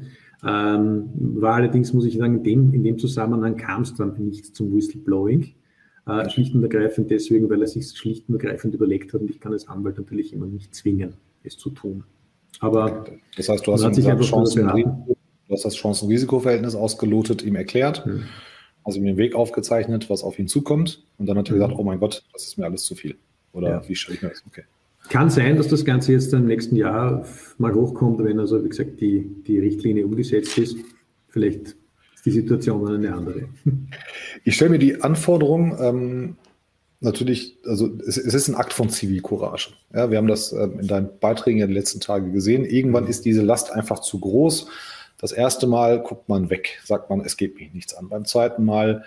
War allerdings, muss ich sagen, in dem Zusammenhang kam es dann nicht zum Whistleblowing. Schlicht und ergreifend deswegen, weil er sich schlicht und ergreifend überlegt hat und ich kann als Anwalt natürlich immer nicht zwingen, es zu tun. Aber das heißt, du hast das Chancen-Risiko-Verhältnis ausgelotet, ihm erklärt, also ihm den Weg aufgezeichnet, was auf ihn zukommt und dann hat er gesagt, oh mein Gott, das ist mir alles zu viel. Oder wie stelle ich mir das? Okay. Kann sein, dass das Ganze jetzt im nächsten Jahr mal hochkommt, wenn also, wie gesagt, die Richtlinie umgesetzt ist. Vielleicht ist die Situation eine andere. Ich stelle mir die Anforderungen natürlich, also es ist ein Akt von Zivilcourage. Ja, wir haben das in deinen Beiträgen ja die letzten Tage gesehen. Irgendwann ist diese Last einfach zu groß. Das erste Mal guckt man weg, sagt man, es geht mich nichts an. Beim zweiten Mal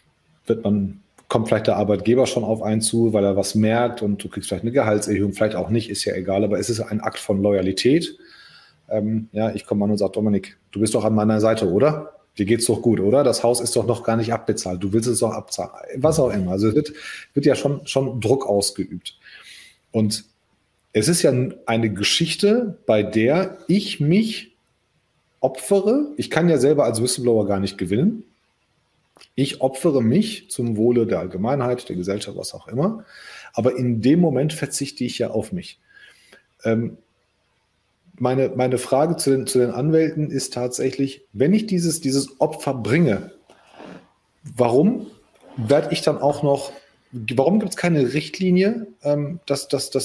kommt vielleicht der Arbeitgeber schon auf einen zu, weil er was merkt und du kriegst vielleicht eine Gehaltserhöhung, vielleicht auch nicht, ist ja egal, aber es ist ein Akt von Loyalität. Ich komme an und sage, Dominik, du bist doch an meiner Seite, oder? Dir geht's doch gut, oder? Das Haus ist doch noch gar nicht abbezahlt. Du willst es doch abzahlen. Was auch immer. Also es wird ja schon Druck ausgeübt. Und es ist ja eine Geschichte, bei der ich mich opfere. Ich kann ja selber als Whistleblower gar nicht gewinnen. Ich opfere mich zum Wohle der Allgemeinheit, der Gesellschaft, was auch immer. Aber in dem Moment verzichte ich ja auf mich. Meine Frage zu den Anwälten ist tatsächlich, wenn ich dieses Opfer bringe, warum werde ich dann auch noch, warum gibt es keine Richtlinie, dass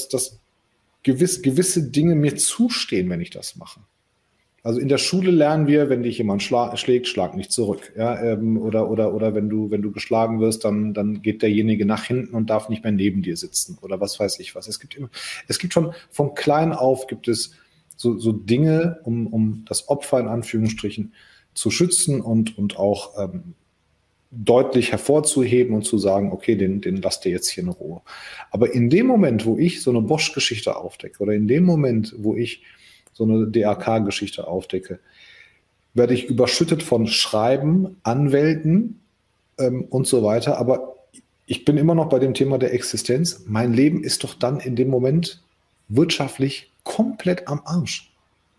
gewisse Dinge mir zustehen, wenn ich das mache? Also in der Schule lernen wir, wenn dich jemand schlägt, schlag nicht zurück. Ja? Oder wenn du geschlagen wirst, dann geht derjenige nach hinten und darf nicht mehr neben dir sitzen oder was weiß ich was. Es gibt schon von klein auf gibt es so Dinge, um das Opfer in Anführungsstrichen zu schützen und auch deutlich hervorzuheben und zu sagen, okay, den lasst ihr jetzt hier in Ruhe. Aber in dem Moment, wo ich so eine Bosch-Geschichte aufdecke oder in dem Moment, wo ich so eine DRK-Geschichte aufdecke, werde ich überschüttet von Schreiben, Anwälten und so weiter. Aber ich bin immer noch bei dem Thema der Existenz. Mein Leben ist doch dann in dem Moment wirtschaftlich komplett am Arsch.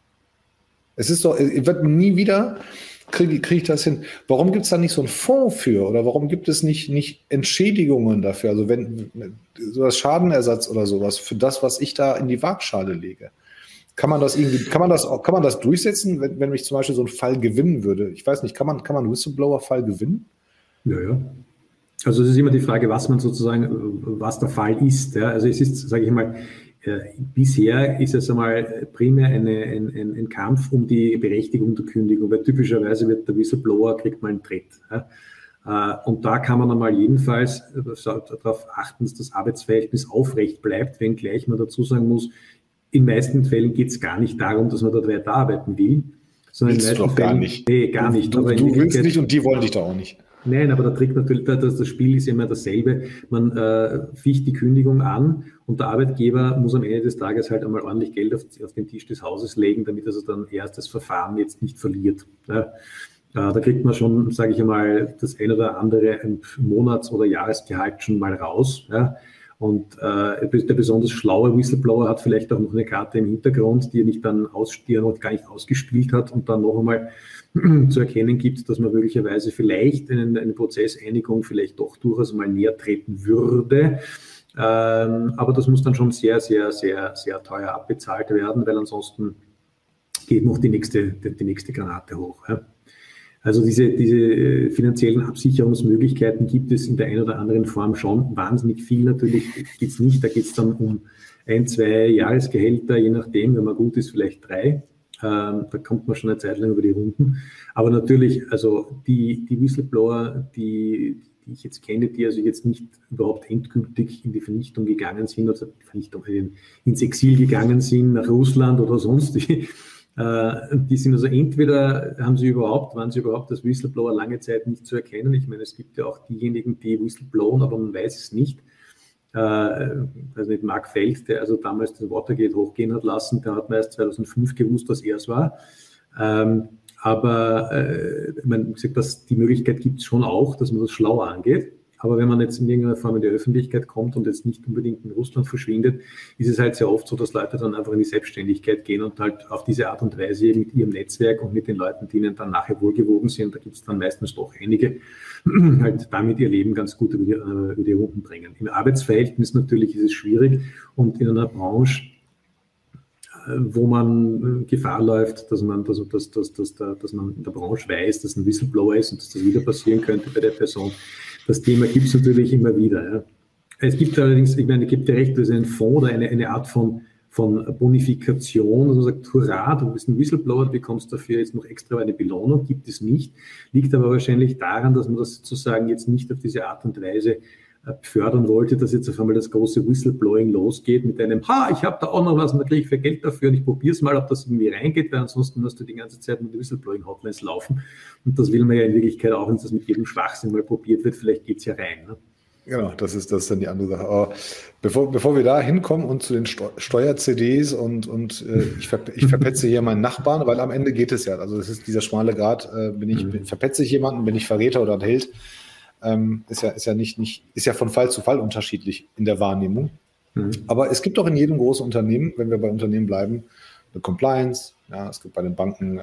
Es ist doch, ich werde nie wieder, kriege ich das hin. Warum gibt es da nicht so einen Fonds für? Oder warum gibt es nicht Entschädigungen dafür? Also wenn sowas Schadenersatz oder sowas für das, was ich da in die Waagschale lege. Kann man das durchsetzen, wenn ich zum Beispiel so einen Fall gewinnen würde? Ich weiß nicht, kann man einen Whistleblower-Fall gewinnen? Ja. Also es ist immer die Frage, was der Fall ist. Ja. Also es ist, sage ich mal, bisher ist es einmal primär ein Kampf um die Berechtigung der Kündigung, weil typischerweise wird der Whistleblower, kriegt mal einen Tritt. Ja. Und da kann man einmal jedenfalls darauf achten, dass das Arbeitsverhältnis aufrecht bleibt, wenngleich man dazu sagen muss, in meisten Fällen geht es gar nicht darum, dass man dort weiter arbeiten will. Sondern willst in meisten Fällen, gar nicht. Nee, gar nicht. Du willst nicht und die wollen dich da auch nicht. Nein, aber der Trick natürlich, das Spiel ist immer dasselbe. Man ficht die Kündigung an und der Arbeitgeber muss am Ende des Tages halt einmal ordentlich Geld auf den Tisch des Hauses legen, damit er dann erst das Verfahren jetzt nicht verliert. Ja. Da kriegt man schon, sage ich einmal, das ein oder andere Monats- oder Jahresgehalt schon mal raus. Ja. Und der besonders schlaue Whistleblower hat vielleicht auch noch eine Karte im Hintergrund, die er noch gar nicht ausgespielt hat und dann noch einmal zu erkennen gibt, dass man möglicherweise vielleicht eine Prozesseinigung vielleicht doch durchaus mal näher treten würde. Aber das muss dann schon sehr, sehr, sehr, sehr teuer abbezahlt werden, weil ansonsten geht noch die nächste Granate hoch. Ja. Also diese finanziellen Absicherungsmöglichkeiten gibt es in der einen oder anderen Form schon. Wahnsinnig viel natürlich geht es nicht. Da geht es dann um 1, 2 Jahresgehälter, je nachdem, wenn man gut ist, vielleicht 3. Da kommt man schon eine Zeit lang über die Runden. Aber natürlich, also die Whistleblower, die ich jetzt kenne, die also jetzt nicht überhaupt endgültig in die Vernichtung gegangen sind, also ins Exil gegangen sind, nach Russland oder sonst, die sind also entweder waren sie überhaupt als Whistleblower lange Zeit nicht zu erkennen. Ich meine, es gibt ja auch diejenigen, die whistleblowen, aber man weiß es nicht. Also nicht Mark Feld, der also damals das Watergate hochgehen hat lassen, der hat erst 2005 gewusst, dass er es war. Aber man sagt, dass die Möglichkeit gibt es schon auch, dass man das schlauer angeht. Aber wenn man jetzt in irgendeiner Form in die Öffentlichkeit kommt und jetzt nicht unbedingt in Russland verschwindet, ist es halt sehr oft so, dass Leute dann einfach in die Selbstständigkeit gehen und halt auf diese Art und Weise mit ihrem Netzwerk und mit den Leuten, die ihnen dann nachher wohlgewogen sind, da gibt es dann meistens doch einige, halt damit ihr Leben ganz gut über die Runden bringen. Im Arbeitsverhältnis natürlich ist es schwierig und in einer Branche, wo man Gefahr läuft, dass man in der Branche weiß, dass ein Whistleblower ist und dass das wieder passieren könnte bei der Person. Das Thema gibt es natürlich immer wieder. Ja. Es gibt allerdings, ich meine, es gibt ja recht, das ist ein Fonds oder eine Art von Bonifikation, also man sagt, hurra, du bist ein Whistleblower, du bekommst dafür jetzt noch extra eine Belohnung, gibt es nicht. Liegt aber wahrscheinlich daran, dass man das sozusagen jetzt nicht auf diese Art und Weise fördern wollte, dass jetzt auf einmal das große Whistleblowing losgeht mit einem, ich habe da auch noch was und da kriege ich viel Geld dafür und ich probiere es mal, ob das irgendwie reingeht, weil ansonsten hast du die ganze Zeit mit Whistleblowing-Hotlines laufen und das will man ja in Wirklichkeit auch, wenn das mit jedem Schwachsinn mal probiert wird, vielleicht geht es ja rein. Ne? Genau, das ist dann die andere Sache. Aber bevor wir da hinkommen und zu den Steuer-CDs und ich verpetze hier meinen Nachbarn, weil am Ende geht es ja, also das ist dieser schmale Grat, verpetze ich jemanden, bin ich Verräter oder ein Held, ist ja von Fall zu Fall unterschiedlich in der Wahrnehmung. Aber es gibt doch in jedem großen Unternehmen, wenn wir bei Unternehmen bleiben, eine Compliance, ja, es gibt bei den Banken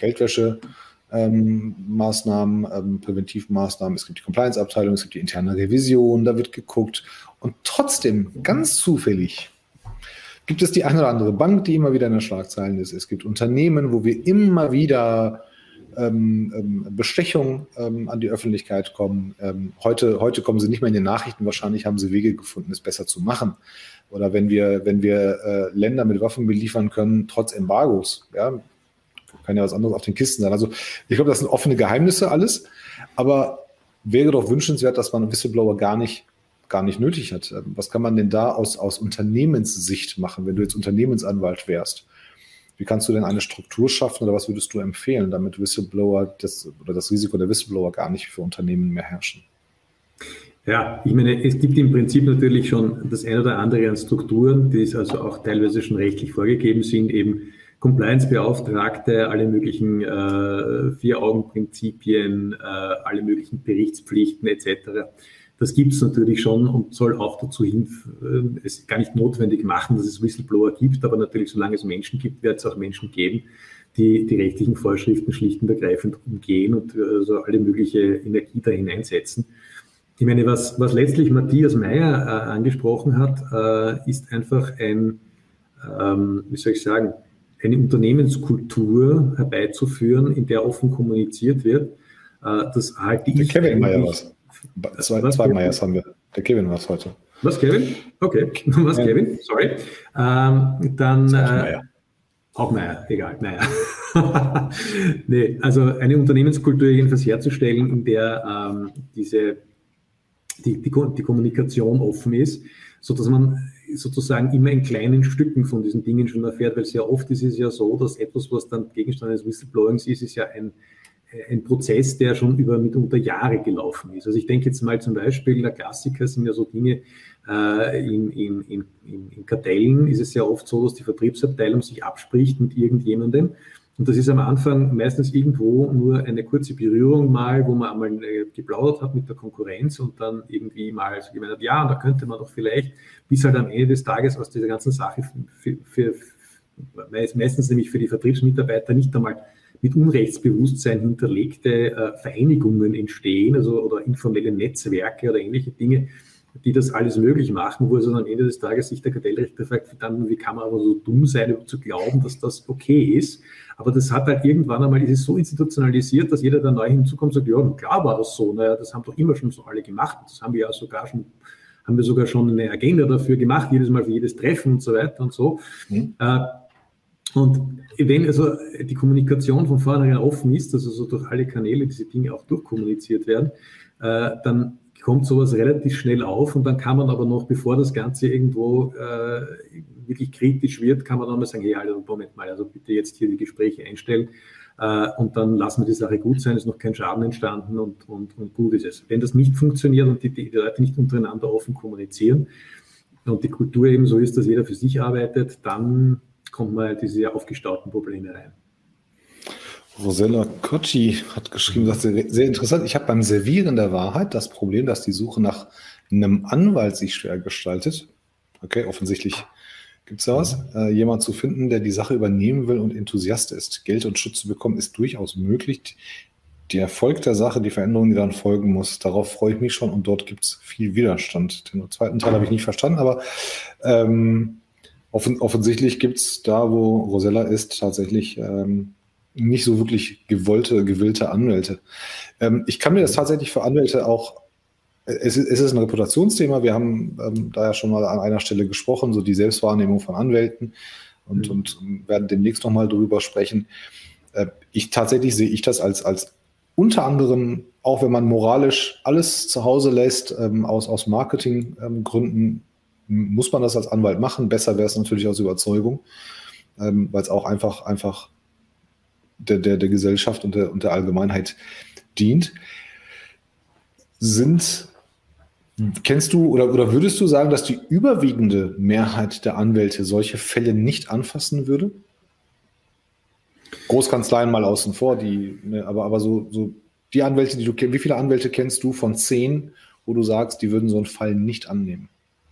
Geldwäsche-Maßnahmen, Präventivmaßnahmen, es gibt die Compliance-Abteilung, es gibt die interne Revision, da wird geguckt. Und trotzdem, ganz zufällig, gibt es die eine oder andere Bank, die immer wieder in den Schlagzeilen ist. Es gibt Unternehmen, wo wir immer wieder Bestechung an die Öffentlichkeit kommen. Heute kommen sie nicht mehr in den Nachrichten, wahrscheinlich haben sie Wege gefunden, es besser zu machen. Oder wenn wir Länder mit Waffen beliefern können, trotz Embargos, ja, kann ja was anderes auf den Kisten sein. Also ich glaube, das sind offene Geheimnisse alles, aber wäre doch wünschenswert, dass man einen Whistleblower gar nicht nötig hat. Was kann man denn da aus Unternehmenssicht machen, wenn du jetzt Unternehmensanwalt wärst? Wie kannst du denn eine Struktur schaffen oder was würdest du empfehlen, damit Whistleblower das Risiko der Whistleblower gar nicht für Unternehmen mehr herrschen? Ja, ich meine, es gibt im Prinzip natürlich schon das eine oder andere an Strukturen, die es also auch teilweise schon rechtlich vorgegeben sind, eben Compliance-Beauftragte, alle möglichen Vier-Augen-Prinzipien, alle möglichen Berichtspflichten etc. Das gibt es natürlich schon und soll auch dazu es gar nicht notwendig machen, dass es Whistleblower gibt, aber natürlich, solange es Menschen gibt, wird es auch Menschen geben, die die rechtlichen Vorschriften schlicht und ergreifend umgehen und also alle mögliche Energie da hineinsetzen. Ich meine, was letztlich Matthias Mayr angesprochen hat, ist einfach eine Unternehmenskultur herbeizuführen, in der offen kommuniziert wird. Das halte ich. Kevin Mayr was. Zwei Meyers haben wir. Der Kevin war es heute. Was, Kevin? Okay. Was, ja. Kevin? Sorry. Dann auch Mayr, egal, Mayr. Nee, also eine Unternehmenskultur jedenfalls herzustellen, in der die Kommunikation offen ist, sodass man sozusagen immer in kleinen Stücken von diesen Dingen schon erfährt, weil sehr oft ist es ja so, dass etwas, was dann Gegenstand eines Whistleblowings ist ja ein Prozess, der schon über mitunter Jahre gelaufen ist. Also ich denke jetzt mal zum Beispiel, der Klassiker sind ja so Dinge, in Kartellen ist es ja oft so, dass die Vertriebsabteilung sich abspricht mit irgendjemandem und das ist am Anfang meistens irgendwo nur eine kurze Berührung mal, wo man einmal geplaudert hat mit der Konkurrenz und dann irgendwie mal so gemeint hat, ja, und da könnte man doch vielleicht, bis halt am Ende des Tages aus dieser ganzen Sache meistens nämlich für die Vertriebsmitarbeiter nicht einmal mit Unrechtsbewusstsein hinterlegte Vereinigungen entstehen, also oder informelle Netzwerke oder ähnliche Dinge, die das alles möglich machen, wo also am Ende des Tages sich der Kartellrichter fragt, verdammt, wie kann man aber so dumm sein, zu glauben, dass das okay ist. Aber das hat halt irgendwann einmal, ist es so institutionalisiert, dass jeder, der neu hinzukommt, sagt, ja, klar war das so, naja, das haben doch immer schon so alle gemacht, das haben wir ja sogar schon haben wir sogar schon eine Agenda dafür gemacht, jedes Mal für jedes Treffen und so weiter und so. Und wenn also die Kommunikation von vornherein offen ist, also so durch alle Kanäle diese Dinge auch durchkommuniziert werden, dann kommt sowas relativ schnell auf und dann kann man aber noch, bevor das Ganze irgendwo wirklich kritisch wird, kann man dann mal sagen, hey, also, Moment mal, also bitte jetzt hier die Gespräche einstellen und dann lassen wir die Sache gut sein, ist noch kein Schaden entstanden und gut ist es. Wenn das nicht funktioniert und die Leute nicht untereinander offen kommunizieren und die Kultur eben so ist, dass jeder für sich arbeitet, dann kommt man diese aufgestauten Probleme rein. Rosella Cocci hat geschrieben, sagt sehr interessant, ich habe beim Servieren der Wahrheit das Problem, dass die Suche nach einem Anwalt sich schwer gestaltet. Okay, offensichtlich gibt es da was. Jemand zu finden, der die Sache übernehmen will und Enthusiast ist. Geld und Schutz zu bekommen, ist durchaus möglich. Der Erfolg der Sache, die Veränderung, die dann folgen muss, darauf freue ich mich schon und dort gibt es viel Widerstand. Den zweiten Teil habe ich nicht verstanden, aber offensichtlich gibt es da, wo Rosella ist, tatsächlich nicht so wirklich gewillte Anwälte. Ich kann mir das tatsächlich für Anwälte auch, es ist ein Reputationsthema, wir haben da ja schon mal an einer Stelle gesprochen, so die Selbstwahrnehmung von Anwälten und werden demnächst nochmal drüber sprechen. Tatsächlich sehe ich das als unter anderem, auch wenn man moralisch alles zu Hause lässt, aus Marketinggründen, muss man das als Anwalt machen. Besser wäre es natürlich aus Überzeugung, weil es auch einfach der Gesellschaft und der Allgemeinheit dient. Kennst du oder würdest du sagen, dass die überwiegende Mehrheit der Anwälte solche Fälle nicht anfassen würde? Großkanzleien mal außen vor, aber so die Anwälte, die du kennst, wie viele Anwälte kennst du von 10, wo du sagst, die würden so einen Fall nicht annehmen?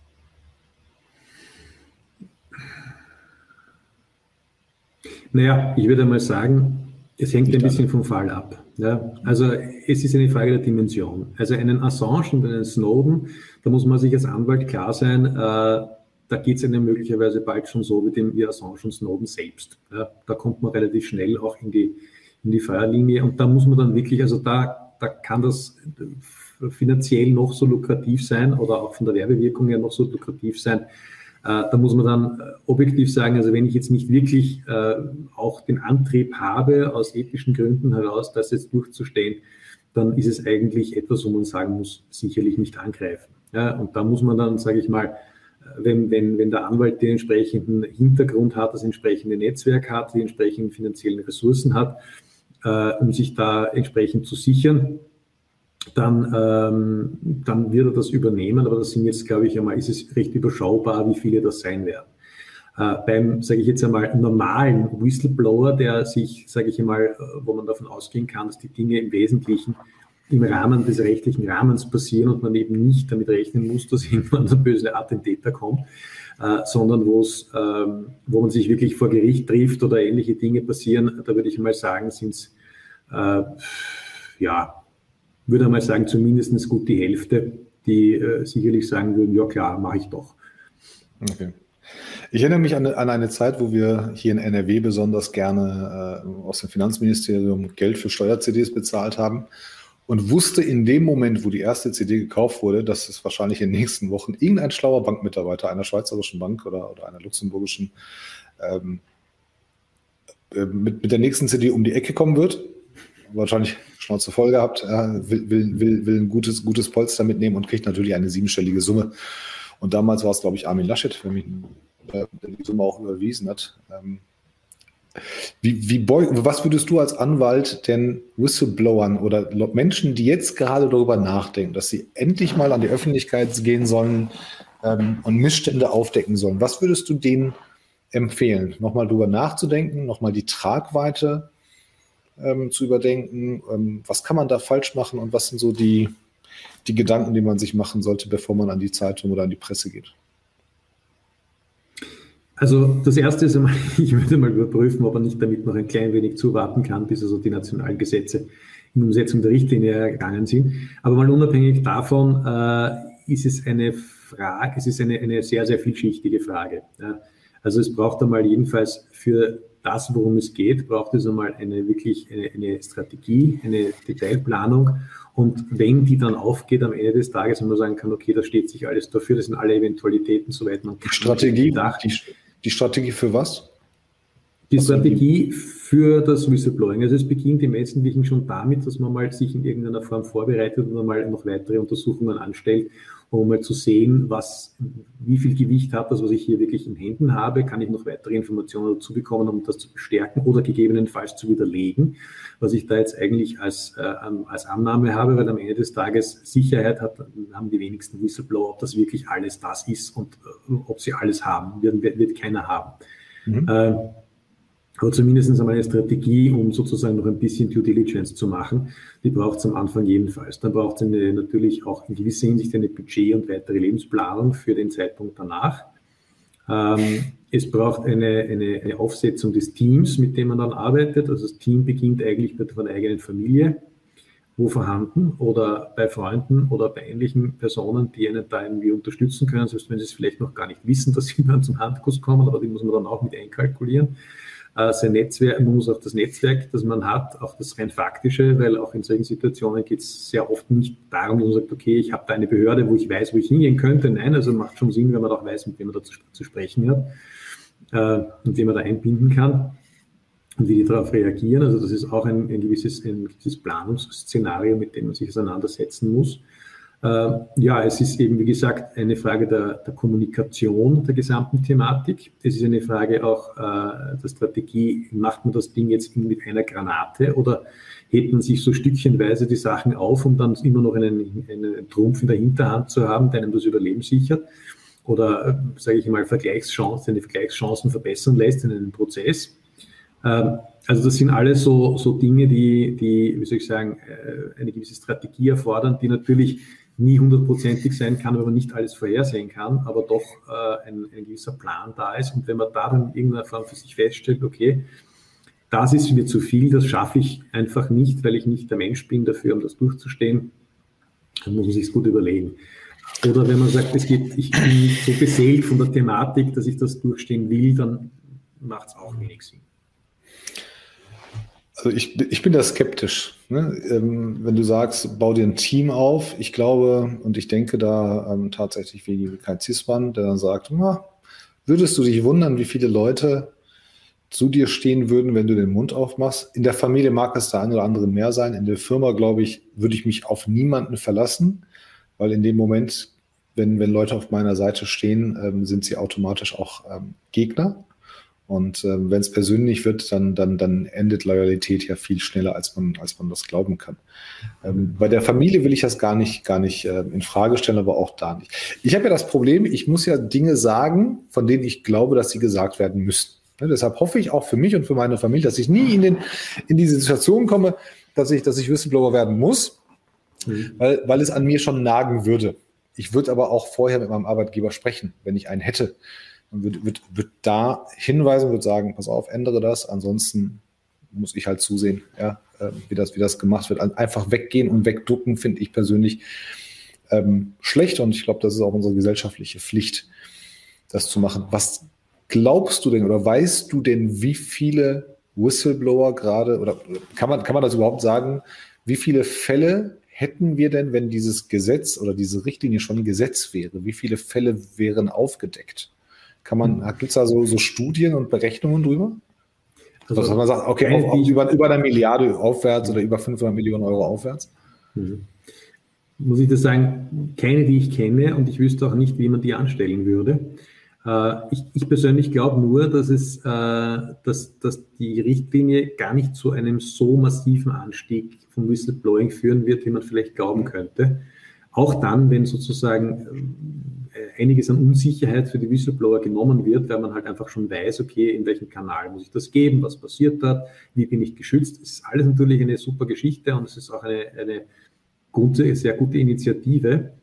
Naja, ich würde mal sagen, es hängt ein bisschen vom Fall ab. Ja? Also es ist eine Frage der Dimension. Also einen Assange und einen Snowden, da muss man sich als Anwalt klar sein, da geht es einem möglicherweise bald schon so wie Assange und Snowden selbst. Ja? Da kommt man relativ schnell auch in die Feuerlinie und da muss man dann wirklich, also da kann das finanziell noch so lukrativ sein oder auch von der Werbewirkung her noch so lukrativ sein. Da muss man dann objektiv sagen, also wenn ich jetzt nicht wirklich auch den Antrieb habe, aus ethischen Gründen heraus, das jetzt durchzustehen, dann ist es eigentlich etwas, wo man sagen muss, sicherlich nicht angreifen. Ja, und da muss man dann, sage ich mal, wenn der Anwalt den entsprechenden Hintergrund hat, das entsprechende Netzwerk hat, die entsprechenden finanziellen Ressourcen hat, um sich da entsprechend zu sichern, dann wird er das übernehmen, aber das sind jetzt, glaube ich, einmal ist es recht überschaubar, wie viele das sein werden. Beim, sage ich jetzt einmal, normalen Whistleblower, der sich, sage ich einmal, wo man davon ausgehen kann, dass die Dinge im Wesentlichen im Rahmen des rechtlichen Rahmens passieren und man eben nicht damit rechnen muss, dass irgendwann der böse Attentäter kommt, sondern wo man sich wirklich vor Gericht trifft oder ähnliche Dinge passieren, da würde ich mal sagen, sind es würde mal sagen, zumindest gut die Hälfte, die sicherlich sagen würden, ja klar, mache ich doch. Okay. Ich erinnere mich an eine Zeit, wo wir hier in NRW besonders gerne aus dem Finanzministerium Geld für Steuer-CDs bezahlt haben und wusste in dem Moment, wo die erste CD gekauft wurde, dass es wahrscheinlich in den nächsten Wochen irgendein schlauer Bankmitarbeiter einer schweizerischen Bank oder einer luxemburgischen mit der nächsten CD um die Ecke kommen wird. Wahrscheinlich Schnauze voll gehabt, will ein gutes Polster mitnehmen und kriegt natürlich eine 7-stellige Summe. Und damals war es, glaube ich, Armin Laschet, der die Summe auch überwiesen hat. Was würdest du als Anwalt denn Whistleblowern oder Menschen, die jetzt gerade darüber nachdenken, dass sie endlich mal an die Öffentlichkeit gehen sollen und Missstände aufdecken sollen, was würdest du denen empfehlen? Nochmal drüber nachzudenken, nochmal die Tragweite zu überdenken, was kann man da falsch machen und was sind so die Gedanken, die man sich machen sollte, bevor man an die Zeitung oder an die Presse geht? Also das Erste ist einmal, ich würde mal überprüfen, ob man nicht damit noch ein klein wenig zuwarten kann, bis also die nationalen Gesetze in Umsetzung der Richtlinie gegangen sind. Aber mal unabhängig davon ist es eine Frage, es ist eine sehr, sehr vielschichtige Frage. Ja. Also es braucht einmal jedenfalls für das, worum es geht, braucht es einmal eine Strategie, eine Detailplanung. Und wenn die dann aufgeht am Ende des Tages, wenn man sagen kann, okay, da steht sich alles dafür, das sind alle Eventualitäten, soweit man kann. Die Strategie für was? Die Strategie für das Whistleblowing. Also es beginnt im Wesentlichen schon damit, dass man mal sich in irgendeiner Form vorbereitet und mal noch weitere Untersuchungen anstellt, um mal zu sehen, wie viel Gewicht hat das, was ich hier wirklich in Händen habe. Kann ich noch weitere Informationen dazu bekommen, um das zu bestärken oder gegebenenfalls zu widerlegen, was ich da jetzt eigentlich als Annahme habe, weil am Ende des Tages Sicherheit haben die wenigsten Whistleblower, ob das wirklich alles das ist und ob sie alles haben, wird keiner haben. Aber zumindest einmal eine Strategie, um sozusagen noch ein bisschen Due Diligence zu machen, die braucht es am Anfang jedenfalls. Dann braucht es natürlich auch in gewisser Hinsicht eine Budget- und weitere Lebensplanung für den Zeitpunkt danach. Es braucht eine Aufsetzung des Teams, mit dem man dann arbeitet. Also das Team beginnt eigentlich bei der eigenen Familie, wo vorhanden, oder bei Freunden oder bei ähnlichen Personen, die einen da irgendwie unterstützen können, selbst wenn sie es vielleicht noch gar nicht wissen, dass sie dann zum Handkuss kommen, aber die muss man dann auch mit einkalkulieren. Sein Netzwerk, man muss auch das Netzwerk, das man hat, auch das rein faktische, weil auch in solchen Situationen geht es sehr oft nicht darum, dass man sagt, okay, ich habe da eine Behörde, wo ich weiß, wo ich hingehen könnte. Nein, also macht schon Sinn, wenn man auch weiß, mit wem man da zu sprechen hat und wen man da einbinden kann und wie die darauf reagieren. Also das ist auch ein gewisses Planungsszenario, mit dem man sich auseinandersetzen muss. Es ist eben, wie gesagt, eine Frage der Kommunikation der gesamten Thematik. Es ist eine Frage auch der Strategie, macht man das Ding jetzt mit einer Granate oder hebt man sich so stückchenweise die Sachen auf, um dann immer noch einen Trumpf in der Hinterhand zu haben, der einem das Überleben sichert oder, sage ich mal, seine Vergleichschancen verbessern lässt in einem Prozess. Also das sind alles so Dinge, die, wie soll ich sagen, eine gewisse Strategie erfordern, die natürlich nie 100%ig sein kann, weil man nicht alles vorhersehen kann, aber doch ein gewisser Plan da ist. Und wenn man da dann in irgendeiner Form für sich feststellt, okay, das ist mir zu viel, das schaffe ich einfach nicht, weil ich nicht der Mensch bin dafür, um das durchzustehen, dann muss man sich es gut überlegen. Oder wenn man sagt, ich bin nicht so beseelt von der Thematik, dass ich das durchstehen will, dann macht es auch wenig Sinn. Also ich bin da skeptisch. Ne? Wenn du sagst, bau dir ein Team auf, ich glaube und ich denke da tatsächlich wie Kai Zisman, der dann sagt, würdest du dich wundern, wie viele Leute zu dir stehen würden, wenn du den Mund aufmachst? In der Familie mag es der ein oder andere mehr sein. In der Firma, glaube ich, würde ich mich auf niemanden verlassen, weil in dem Moment, wenn Leute auf meiner Seite stehen, sind sie automatisch auch Gegner. Und wenn es persönlich wird, dann endet Loyalität ja viel schneller, als man das glauben kann. Bei der Familie will ich das gar nicht in Frage stellen, aber auch da nicht. Ich habe ja das Problem, ich muss ja Dinge sagen, von denen ich glaube, dass sie gesagt werden müssen. Ja, deshalb hoffe ich auch für mich und für meine Familie, dass ich nie in diese Situation komme, dass ich Whistleblower werden muss, weil es an mir schon nagen würde. Ich würde aber auch vorher mit meinem Arbeitgeber sprechen, wenn ich einen hätte. Und wird da hinweisen, wird sagen, pass auf, ändere das, ansonsten muss ich halt zusehen, ja, wie das gemacht wird. Einfach weggehen und wegducken finde ich persönlich schlecht und ich glaube, das ist auch unsere gesellschaftliche Pflicht, das zu machen. Was glaubst du denn oder weißt du denn, wie viele Whistleblower gerade, oder kann man das überhaupt sagen, wie viele Fälle hätten wir denn, wenn dieses Gesetz oder diese Richtlinie schon ein Gesetz wäre? Wie viele Fälle wären aufgedeckt? Gibt es da so Studien und Berechnungen drüber? Also, dass man sagt, okay, über 1 Milliarde aufwärts oder über 500 Millionen Euro aufwärts? Muss ich das sagen, keine, die ich kenne, und ich wüsste auch nicht, wie man die anstellen würde. Ich persönlich glaube nur, dass die Richtlinie gar nicht zu einem so massiven Anstieg von Whistleblowing führen wird, wie man vielleicht glauben könnte. Auch dann, wenn sozusagen einiges an Unsicherheit für die Whistleblower genommen wird, weil man halt einfach schon weiß, okay, in welchem Kanal muss ich das geben, was passiert dort, wie bin ich geschützt. Es ist alles natürlich eine super Geschichte und es ist auch eine sehr gute Initiative.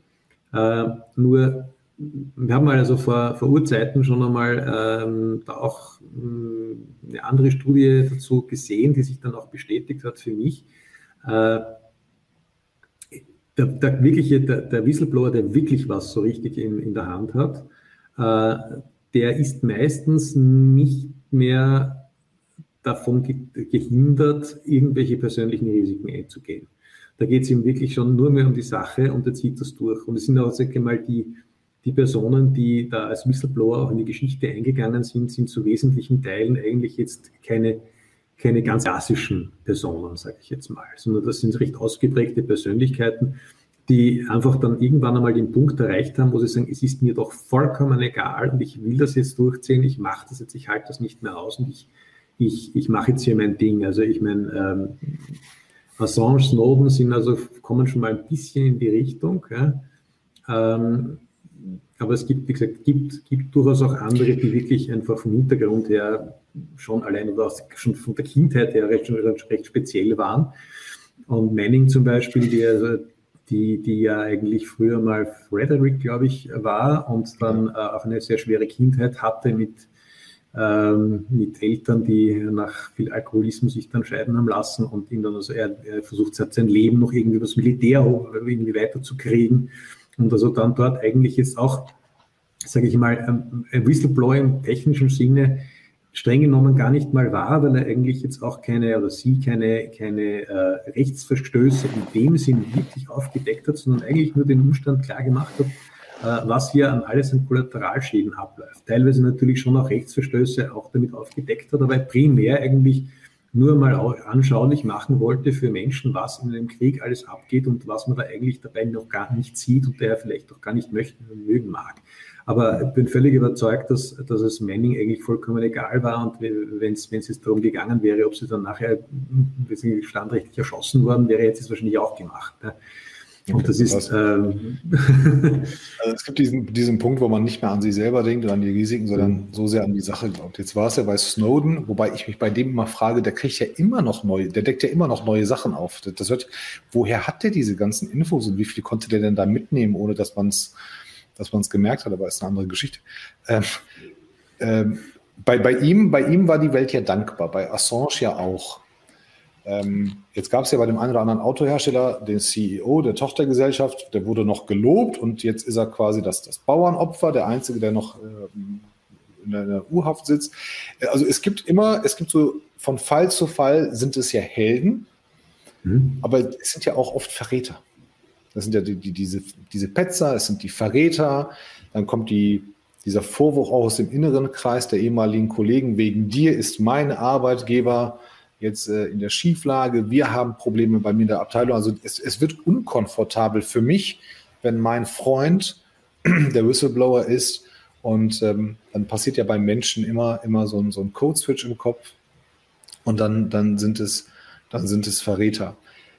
Nur, wir haben also vor Urzeiten schon einmal da auch eine andere Studie dazu gesehen, die sich dann auch bestätigt hat für mich. Der Whistleblower, der wirklich was so richtig in der Hand hat, der ist meistens nicht mehr davon gehindert, irgendwelche persönlichen Risiken einzugehen. Da geht es ihm wirklich schon nur mehr um die Sache und er zieht das durch. Und es sind auch, sag ich mal, die Personen, die da als Whistleblower auch in die Geschichte eingegangen sind zu wesentlichen Teilen eigentlich jetzt keine ganz klassischen Personen, sage ich jetzt mal, sondern das sind recht ausgeprägte Persönlichkeiten, die einfach dann irgendwann einmal den Punkt erreicht haben, wo sie sagen, es ist mir doch vollkommen egal und ich will das jetzt durchziehen, ich mache das jetzt, ich halte das nicht mehr aus und ich mache jetzt hier mein Ding. Also ich meine, Assange, Snowden kommen schon mal ein bisschen in die Richtung, ja. Aber es gibt, wie gesagt, gibt durchaus auch andere, die wirklich einfach vom Hintergrund her schon allein oder schon von der Kindheit her recht speziell waren. Und Manning zum Beispiel, die ja eigentlich früher mal Frederick, glaube ich, war und dann auch eine sehr schwere Kindheit hatte mit Eltern, die nach viel Alkoholismus sich dann scheiden haben lassen und ihn dann, also er versucht hat, sein Leben noch irgendwie über das Militär irgendwie weiterzukriegen und also dann dort eigentlich jetzt auch, sage ich mal, ein Whistleblower im technischen Sinne streng genommen gar nicht mal war, weil er eigentlich jetzt auch keine Rechtsverstöße in dem Sinn wirklich aufgedeckt hat, sondern eigentlich nur den Umstand klar gemacht hat, was hier an alles an Kollateralschäden abläuft. Teilweise natürlich schon auch Rechtsverstöße auch damit aufgedeckt hat, aber primär eigentlich nur mal anschaulich machen wollte für Menschen, was in einem Krieg alles abgeht und was man da eigentlich dabei noch gar nicht sieht und der vielleicht auch gar nicht mögen mag. Aber ich bin völlig überzeugt, dass es Manning eigentlich vollkommen egal war und wenn es jetzt darum gegangen wäre, ob sie dann nachher standrechtlich erschossen worden wäre, hätte es wahrscheinlich auch gemacht. Ne? Und das ist... Also es gibt diesen Punkt, wo man nicht mehr an sich selber denkt oder an die Risiken, sondern so sehr an die Sache glaubt. Jetzt war es ja bei Snowden, wobei ich mich bei dem immer frage, der deckt ja immer noch neue Sachen auf. Woher hat der diese ganzen Infos und wie viel konnte der denn da mitnehmen, ohne dass man es gemerkt hat, aber ist eine andere Geschichte. Bei ihm war die Welt ja dankbar, bei Assange ja auch. Jetzt gab es ja bei dem einen oder anderen Autohersteller den CEO der Tochtergesellschaft, der wurde noch gelobt und jetzt ist er quasi das Bauernopfer, der Einzige, der noch in der U-Haft sitzt. Also es gibt so von Fall zu Fall sind es ja Helden, aber es sind ja auch oft Verräter. Das sind ja diese Petzer, es sind die Verräter, dann kommt dieser Vorwurf auch aus dem inneren Kreis der ehemaligen Kollegen, wegen dir ist mein Arbeitgeber jetzt in der Schieflage, wir haben Probleme bei mir in der Abteilung. Also es wird unkomfortabel für mich, wenn mein Freund der Whistleblower ist und dann passiert ja beim Menschen immer so ein Code-Switch im Kopf und dann sind es Verräter.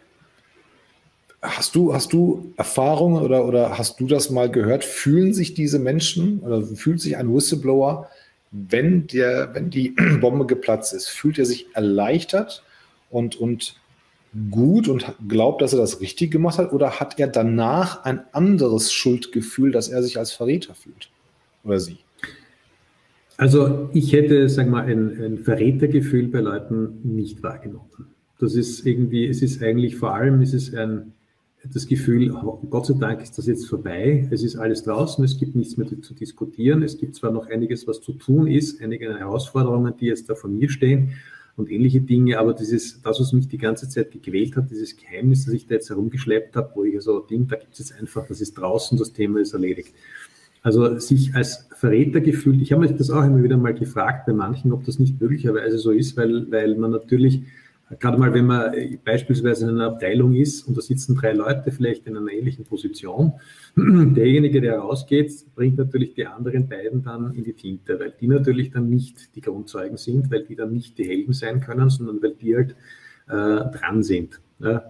Hast du Erfahrungen oder hast du das mal gehört? Fühlen sich diese Menschen oder fühlt sich ein Whistleblower, wenn die Bombe geplatzt ist, fühlt er sich erleichtert und gut und glaubt, dass er das richtig gemacht hat? Oder hat er danach ein anderes Schuldgefühl, dass er sich als Verräter fühlt? Oder sie? Also ich hätte, sagen wir mal, ein Verrätergefühl bei Leuten nicht wahrgenommen. Das ist irgendwie, es ist eigentlich vor allem, das Gefühl, Gott sei Dank ist das jetzt vorbei, es ist alles draußen, es gibt nichts mehr zu diskutieren, es gibt zwar noch einiges, was zu tun ist, einige Herausforderungen, die jetzt da vor mir stehen und ähnliche Dinge, aber das, was mich die ganze Zeit gequält hat, dieses Geheimnis, das ich da jetzt herumgeschleppt habe, wo ich so denke, da gibt es jetzt einfach, das ist draußen, das Thema ist erledigt. Also sich als Verräter gefühlt, ich habe mich das auch immer wieder mal gefragt bei manchen, ob das nicht möglicherweise so ist, weil man natürlich gerade mal, wenn man beispielsweise in einer Abteilung ist und da sitzen 3 Leute vielleicht in einer ähnlichen Position, derjenige, der rausgeht, bringt natürlich die anderen beiden dann in die Tinte, weil die natürlich dann nicht die Grundzeugen sind, weil die dann nicht die Helden sein können, sondern weil die halt dran sind. Ja.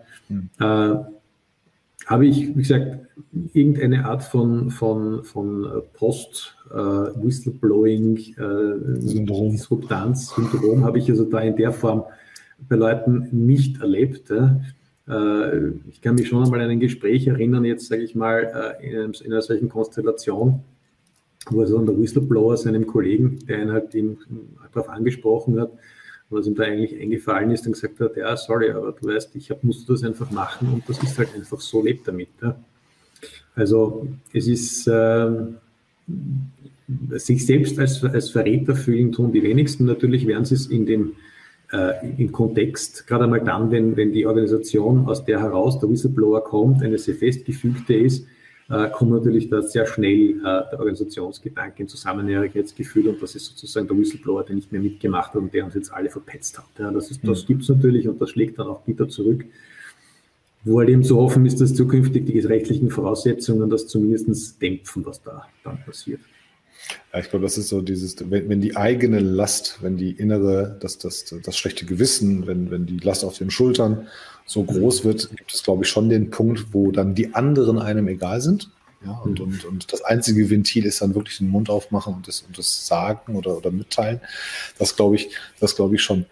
Habe ich, wie gesagt, irgendeine Art von Post-Whistleblowing-Disruptanz-Syndrom habe ich also da in der Form bei Leuten nicht erlebt. Ich kann mich schon einmal an ein Gespräch erinnern, jetzt sage ich mal, in einer solchen Konstellation, wo also der Whistleblower seinem Kollegen, der ihn halt darauf angesprochen hat, was ihm da eigentlich eingefallen ist, und gesagt hat, ja, sorry, aber du weißt, musste das einfach machen und das ist halt einfach so, lebt damit. Ja. Also es ist, sich selbst als Verräter fühlen tun die wenigsten, natürlich werden sie es in dem im Kontext, gerade einmal dann, wenn die Organisation, aus der heraus der Whistleblower kommt, eine sehr festgefügte ist, kommt natürlich da sehr schnell der Organisationsgedanke in Zusammenhörigkeitsgefühl, und das ist sozusagen der Whistleblower, der nicht mehr mitgemacht hat und der uns jetzt alle verpetzt hat. Ja, das gibt es natürlich, und das schlägt dann auch bitter zurück. Wo halt eben zu hoffen ist, dass zukünftig die rechtlichen Voraussetzungen das zumindest dämpfen, was da dann passiert. Ja, ich glaube, das ist so dieses, wenn die eigene Last, wenn die innere, das schlechte Gewissen, wenn die Last auf den Schultern so groß wird, gibt es, glaube ich, schon den Punkt, wo dann die anderen einem egal sind. Ja, und das einzige Ventil ist dann wirklich den Mund aufmachen und das sagen oder mitteilen. Das glaube ich schon.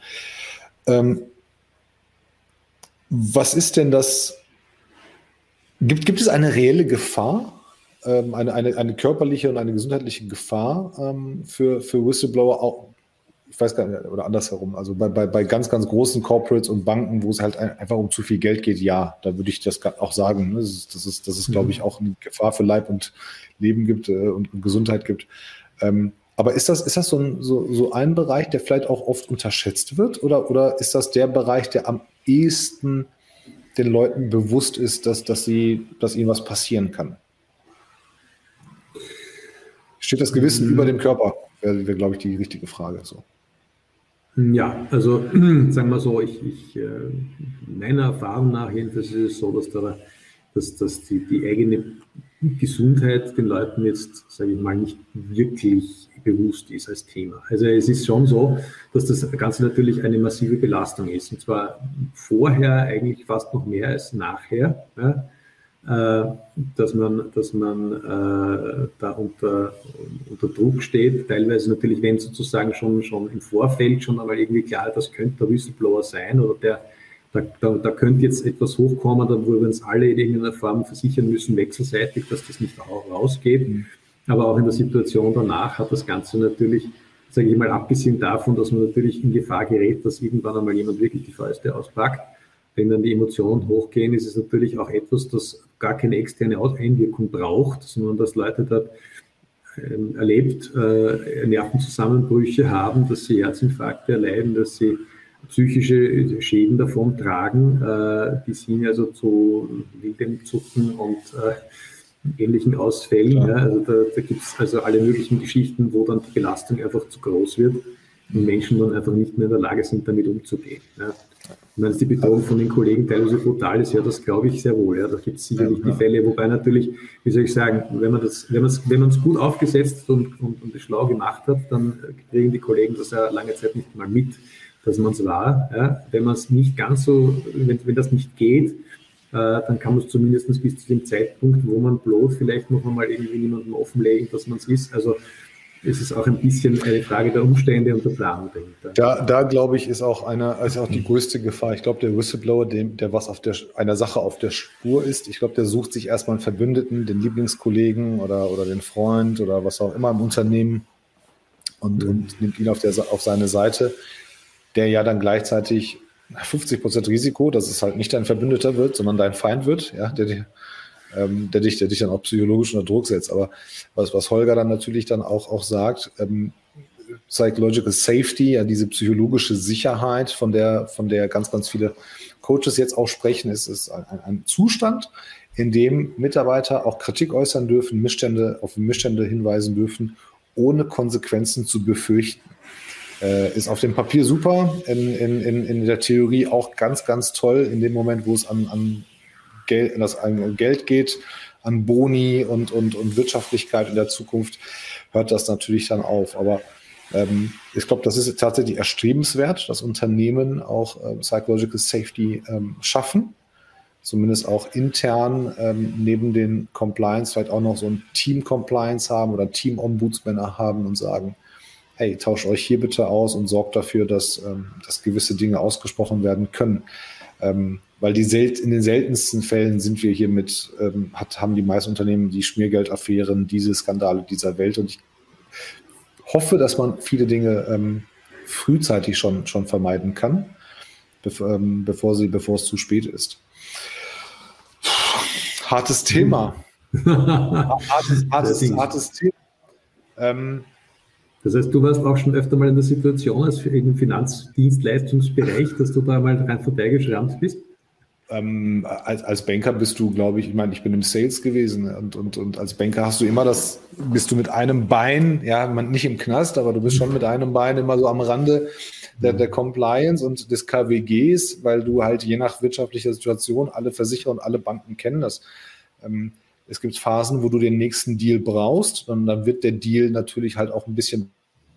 Was ist denn das? Gibt es eine reelle Gefahr? Eine körperliche und eine gesundheitliche Gefahr für Whistleblower, auch, ich weiß gar nicht, oder andersherum, also bei ganz, ganz großen Corporates und Banken, wo es halt einfach um zu viel Geld geht, ja, da würde ich das auch sagen, ne? dass es, glaube ich, auch eine Gefahr für Leib und Leben gibt und Gesundheit gibt. Aber ist das so ein Bereich, der vielleicht auch oft unterschätzt wird, oder ist das der Bereich, der am ehesten den Leuten bewusst ist, dass ihnen was passieren kann? Steht das Gewissen über dem Körper? Wäre, glaube ich, die richtige Frage. So. Ja, also sagen wir so, meiner Erfahrung nach jedenfalls ist es so, dass die eigene Gesundheit den Leuten jetzt, sage ich mal, nicht wirklich bewusst ist als Thema. Also es ist schon so, dass das Ganze natürlich eine massive Belastung ist, und zwar vorher eigentlich fast noch mehr als nachher. Ja? Dass man da unter Druck steht, teilweise natürlich, wenn sozusagen schon im Vorfeld schon einmal irgendwie klar, das könnte der Whistleblower sein, oder da könnte jetzt etwas hochkommen, wo wir uns alle in irgendeiner Form versichern müssen, wechselseitig, dass das nicht auch rausgeht. Aber auch in der Situation danach hat das Ganze natürlich, sage ich mal, abgesehen davon, dass man natürlich in Gefahr gerät, dass irgendwann einmal jemand wirklich die Fäuste auspackt. Wenn dann die Emotionen hochgehen, ist es natürlich auch etwas, das gar keine externe Einwirkung braucht, sondern dass Leute dort erlebt, Nervenzusammenbrüche haben, dass sie Herzinfarkte erleiden, dass sie psychische Schäden davon tragen, die sind also zu wildem Zucken und ähnlichen Ausfällen. Ja. Also da gibt es also alle möglichen Geschichten, wo dann die Belastung einfach zu groß wird und Menschen dann einfach nicht mehr in der Lage sind, damit umzugehen. Ja. Ich meine, die Betonung von den Kollegen teilweise brutal ist, ja, das glaube ich sehr wohl. Ja. Da gibt es sicherlich die Fälle, wobei natürlich, wie soll ich sagen, wenn man es gut aufgesetzt und es schlau gemacht hat, dann kriegen die Kollegen das ja lange Zeit nicht mal mit, dass man es war. Ja. Wenn man es nicht ganz so, wenn das nicht geht, dann kann man es zumindest bis zu dem Zeitpunkt, wo man bloß vielleicht noch einmal irgendwie niemandem offenlegen, dass man es ist. Also es ist auch ein bisschen eine Frage der Umstände und der Planung dahinter. Da glaube ich, ist auch die größte Gefahr. Ich glaube, der Whistleblower, der was einer Sache auf der Spur ist, ich glaube, der sucht sich erstmal einen Verbündeten, den Lieblingskollegen oder den Freund oder was auch immer im Unternehmen und nimmt ihn auf seine Seite, der ja dann gleichzeitig 50% Risiko, dass es halt nicht dein Verbündeter wird, sondern dein Feind wird, ja, der dich dann auch psychologisch unter Druck setzt. Aber was Holger dann natürlich dann auch sagt, Psychological Safety, ja, diese psychologische Sicherheit, von der ganz, ganz viele Coaches jetzt auch sprechen, ist ein Zustand, in dem Mitarbeiter auch Kritik äußern dürfen, auf Missstände hinweisen dürfen, ohne Konsequenzen zu befürchten. Ist auf dem Papier super, in der Theorie auch ganz, ganz toll, in dem Moment, wo es an Geld geht, an Boni und Wirtschaftlichkeit in der Zukunft, hört das natürlich dann auf. Aber ich glaube, das ist tatsächlich erstrebenswert, dass Unternehmen auch Psychological Safety schaffen, zumindest auch intern neben den Compliance vielleicht auch noch so ein Team-Compliance haben oder Team-Ombudsmänner haben und sagen, hey, tauscht euch hier bitte aus und sorgt dafür, dass gewisse Dinge ausgesprochen werden können. Weil in den seltensten Fällen sind wir hier haben die meisten Unternehmen die Schmiergeldaffären, diese Skandale dieser Welt. Und ich hoffe, dass man viele Dinge frühzeitig schon vermeiden kann, bevor es zu spät ist. Hartes Thema. Hartes Thema. Das heißt, du warst auch schon öfter mal in der Situation, als im Finanzdienstleistungsbereich, dass du da mal rein vorbeigeschrammt bist? Als Banker bist du, glaube ich, ich bin im Sales gewesen und als Banker hast du immer bist du mit einem Bein, ja, nicht im Knast, aber du bist schon mit einem Bein immer so am Rande der Compliance und des KWGs, weil du halt je nach wirtschaftlicher Situation alle Versicherer und alle Banken kennen das. Es gibt Phasen, wo du den nächsten Deal brauchst und dann wird der Deal natürlich halt auch ein bisschen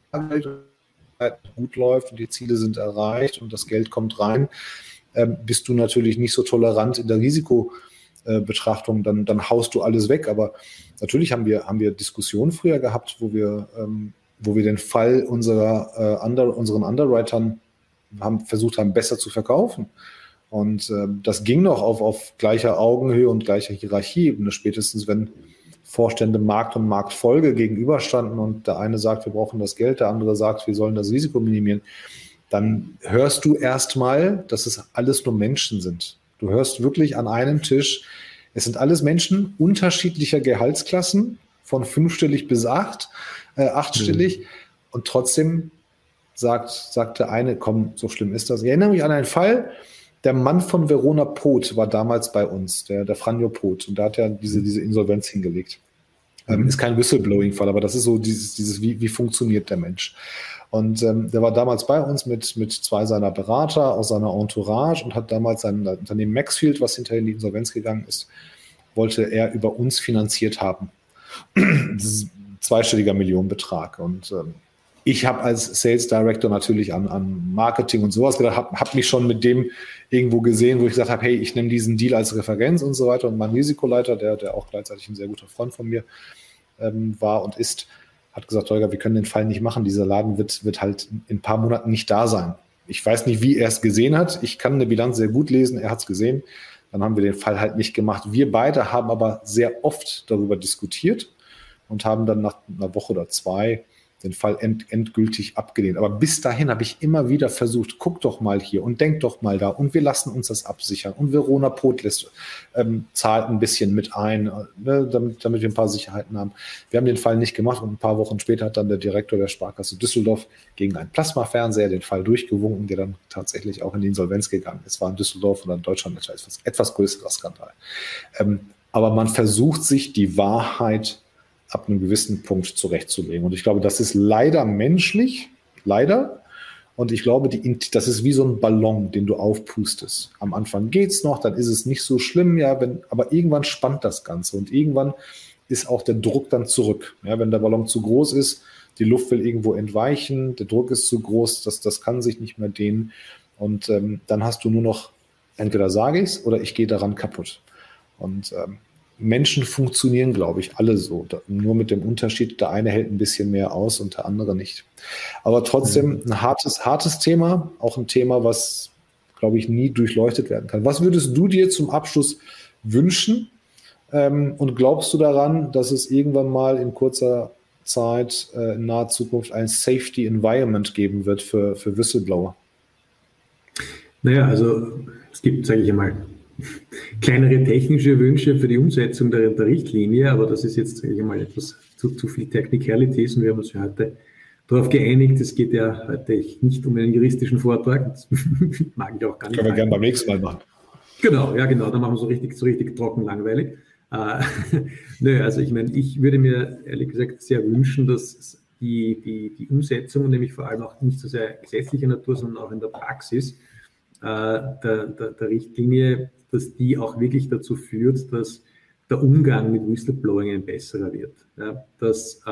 gut läuft und die Ziele sind erreicht und das Geld kommt rein. Bist du natürlich nicht so tolerant in der Risikobetrachtung, dann haust du alles weg. Aber natürlich haben wir Diskussionen früher gehabt, wo wir den Fall unseren Underwritern versucht haben, besser zu verkaufen. Und das ging noch auf gleicher Augenhöhe und gleicher Hierarchieebene, spätestens wenn Vorstände Markt und Marktfolge gegenüberstanden und der eine sagt, wir brauchen das Geld, der andere sagt, wir sollen das Risiko minimieren. Dann hörst du erstmal, dass es alles nur Menschen sind. Du hörst wirklich an einem Tisch, es sind alles Menschen unterschiedlicher Gehaltsklassen, von 5-stellig bis 8-stellig. Und trotzdem sagt der eine, komm, so schlimm ist das. Ich erinnere mich an einen Fall, der Mann von Verona Poth war damals bei uns, der Franjo Poth. Und da hat er diese Insolvenz hingelegt. Ist kein Whistleblowing-Fall, aber das ist so dieses wie funktioniert der Mensch. Und der war damals bei uns mit 2 seiner Berater aus seiner Entourage und hat damals sein Unternehmen Maxfield, was hinterher in die Insolvenz gegangen ist, wollte er über uns finanziert haben. Das ist ein 2-stelliger Millionenbetrag. Und ich habe als Sales Director natürlich an Marketing und sowas gedacht, habe mich schon mit dem irgendwo gesehen, wo ich gesagt habe, hey, ich nehme diesen Deal als Referenz und so weiter. Und mein Risikoleiter, der auch gleichzeitig ein sehr guter Freund von mir war und ist, hat gesagt, Holger, wir können den Fall nicht machen. Dieser Laden wird halt in ein paar Monaten nicht da sein. Ich weiß nicht, wie er es gesehen hat. Ich kann eine Bilanz sehr gut lesen. Er hat es gesehen. Dann haben wir den Fall halt nicht gemacht. Wir beide haben aber sehr oft darüber diskutiert und haben dann nach einer Woche oder 2 den Fall endgültig abgelehnt. Aber bis dahin habe ich immer wieder versucht, guck doch mal hier und denk doch mal da und wir lassen uns das absichern. Und Verona Poth zahlt ein bisschen mit ein, ne, damit wir ein paar Sicherheiten haben. Wir haben den Fall nicht gemacht und ein paar Wochen später hat dann der Direktor der Sparkasse Düsseldorf gegen einen Plasmafernseher den Fall durchgewunken, der dann tatsächlich auch in die Insolvenz gegangen ist. Es war in Düsseldorf oder in Deutschland etwas größerer Skandal. Aber man versucht sich die Wahrheit ab einem gewissen Punkt zurechtzulegen. Und ich glaube, das ist leider menschlich, leider. Und ich glaube, das ist wie so ein Ballon, den du aufpustest. Am Anfang geht's noch, dann ist es nicht so schlimm, ja, aber irgendwann spannt das Ganze und irgendwann ist auch der Druck dann zurück. Ja, wenn der Ballon zu groß ist, die Luft will irgendwo entweichen, der Druck ist zu groß, das kann sich nicht mehr dehnen. Und dann hast du nur noch, entweder sage ich es oder ich gehe daran kaputt. Und Menschen funktionieren, glaube ich, alle so. Nur mit dem Unterschied, der eine hält ein bisschen mehr aus und der andere nicht. Aber trotzdem ein hartes Thema, auch ein Thema, was, glaube ich, nie durchleuchtet werden kann. Was würdest du dir zum Abschluss wünschen? Und glaubst du daran, dass es irgendwann mal in kurzer Zeit, in naher Zukunft, ein Safety Environment geben wird für Whistleblower? Naja, also es gibt, sage ich einmal, kleinere technische Wünsche für die Umsetzung der Richtlinie, aber das ist jetzt, sage ich mal, etwas zu viel Technicalities und wir haben uns ja heute darauf geeinigt, es geht ja heute nicht um einen juristischen Vortrag, das mag ich auch gar nicht. Können wir gerne beim nächsten Mal machen. Genau, dann machen wir so richtig trocken langweilig. Also ich meine, ich würde mir ehrlich gesagt sehr wünschen, dass die Umsetzung, nämlich vor allem auch nicht so sehr gesetzlicher Natur, sondern auch in der Praxis der Richtlinie, dass die auch wirklich dazu führt, dass der Umgang mit Whistleblowing ein besserer wird. Ja, dass,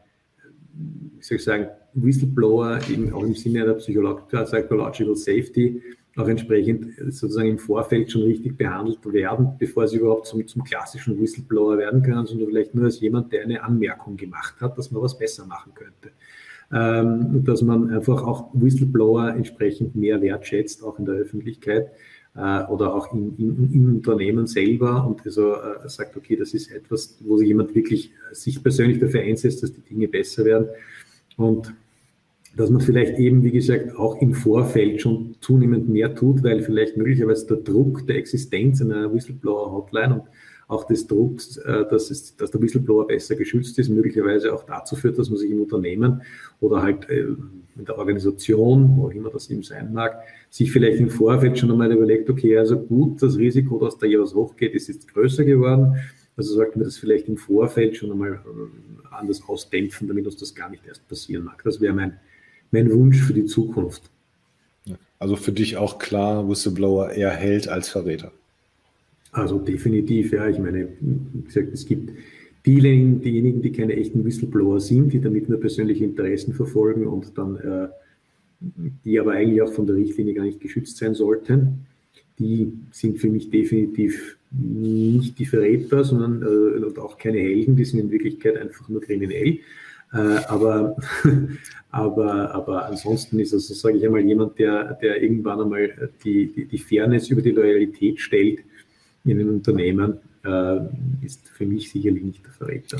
wie soll ich sagen, Whistleblower eben auch im Sinne der Psychological Safety auch entsprechend sozusagen im Vorfeld schon richtig behandelt werden, bevor sie überhaupt zum klassischen Whistleblower werden können, sondern vielleicht nur als jemand, der eine Anmerkung gemacht hat, dass man was besser machen könnte. Und dass man einfach auch Whistleblower entsprechend mehr wertschätzt, auch in der Öffentlichkeit oder auch im Unternehmen selber und also sagt, okay, das ist etwas, wo sich jemand wirklich sich persönlich dafür einsetzt, dass die Dinge besser werden und dass man vielleicht eben, wie gesagt, auch im Vorfeld schon zunehmend mehr tut, weil vielleicht möglicherweise der Druck der Existenz einer Whistleblower-Hotline und auch des Drucks, dass der Whistleblower besser geschützt ist, möglicherweise auch dazu führt, dass man sich im Unternehmen oder halt in der Organisation, wo immer das eben sein mag, sich vielleicht im Vorfeld schon einmal überlegt, okay, also gut, das Risiko, dass da hier was hochgeht, ist jetzt größer geworden. Also sollten wir das vielleicht im Vorfeld schon einmal anders ausdämpfen, damit uns das gar nicht erst passieren mag. Das wäre mein Wunsch für die Zukunft. Also für dich auch klar, Whistleblower eher Held als Verräter. Also definitiv, ja. Ich meine, wie gesagt, es gibt diejenigen, die keine echten Whistleblower sind, die damit nur persönliche Interessen verfolgen und dann, die aber eigentlich auch von der Richtlinie gar nicht geschützt sein sollten. Die sind für mich definitiv nicht die Verräter, sondern und auch keine Helden, die sind in Wirklichkeit einfach nur kriminell. Aber ansonsten ist es, sage ich einmal, jemand, der irgendwann einmal die Fairness über die Loyalität stellt in einem Unternehmen, ist für mich sicherlich nicht der Verräter.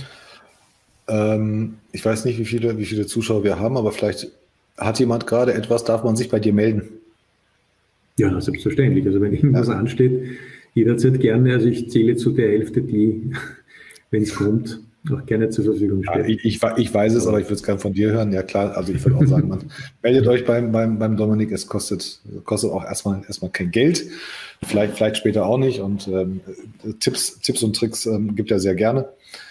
Ich weiß nicht, wie viele Zuschauer wir haben, aber vielleicht hat jemand gerade etwas, darf man sich bei dir melden? Ja, selbstverständlich. Also wenn irgendwas ansteht, jederzeit gerne. Also ich zähle zu der Hälfte, die, wenn es kommt, auch gerne zur Verfügung steht. Ja, ich weiß es, aber ich würde es gerne von dir hören. Ja klar, also ich würde auch sagen, meldet euch beim Dominik, es kostet auch erstmal kein Geld, vielleicht später auch nicht und Tipps und Tricks gibt er sehr gerne.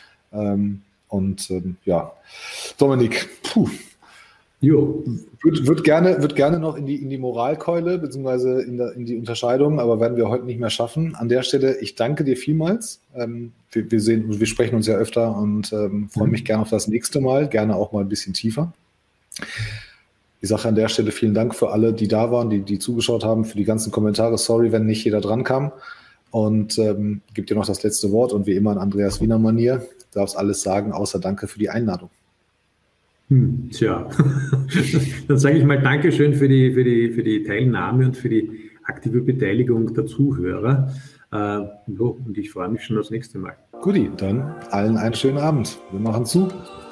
Ja, Dominik, Jo. Wird gerne noch in die Moralkeule beziehungsweise in die Unterscheidung, aber werden wir heute nicht mehr schaffen. An der Stelle, ich danke dir vielmals. Wir sprechen uns ja öfter und freue mich gerne auf das nächste Mal, gerne auch mal ein bisschen tiefer. Ich sage an der Stelle vielen Dank für alle, die da waren, die zugeschaut haben, für die ganzen Kommentare. Sorry, wenn nicht jeder dran kam. Und gebe dir noch das letzte Wort und wie immer in Andreas Wiener Manier. Du darfst alles sagen, außer Danke für die Einladung. Tja, dann sage ich mal Dankeschön für die Teilnahme und für die aktive Beteiligung der Zuhörer. Und ich freue mich schon aufs nächste Mal. Guti, dann allen einen schönen Abend. Wir machen zu.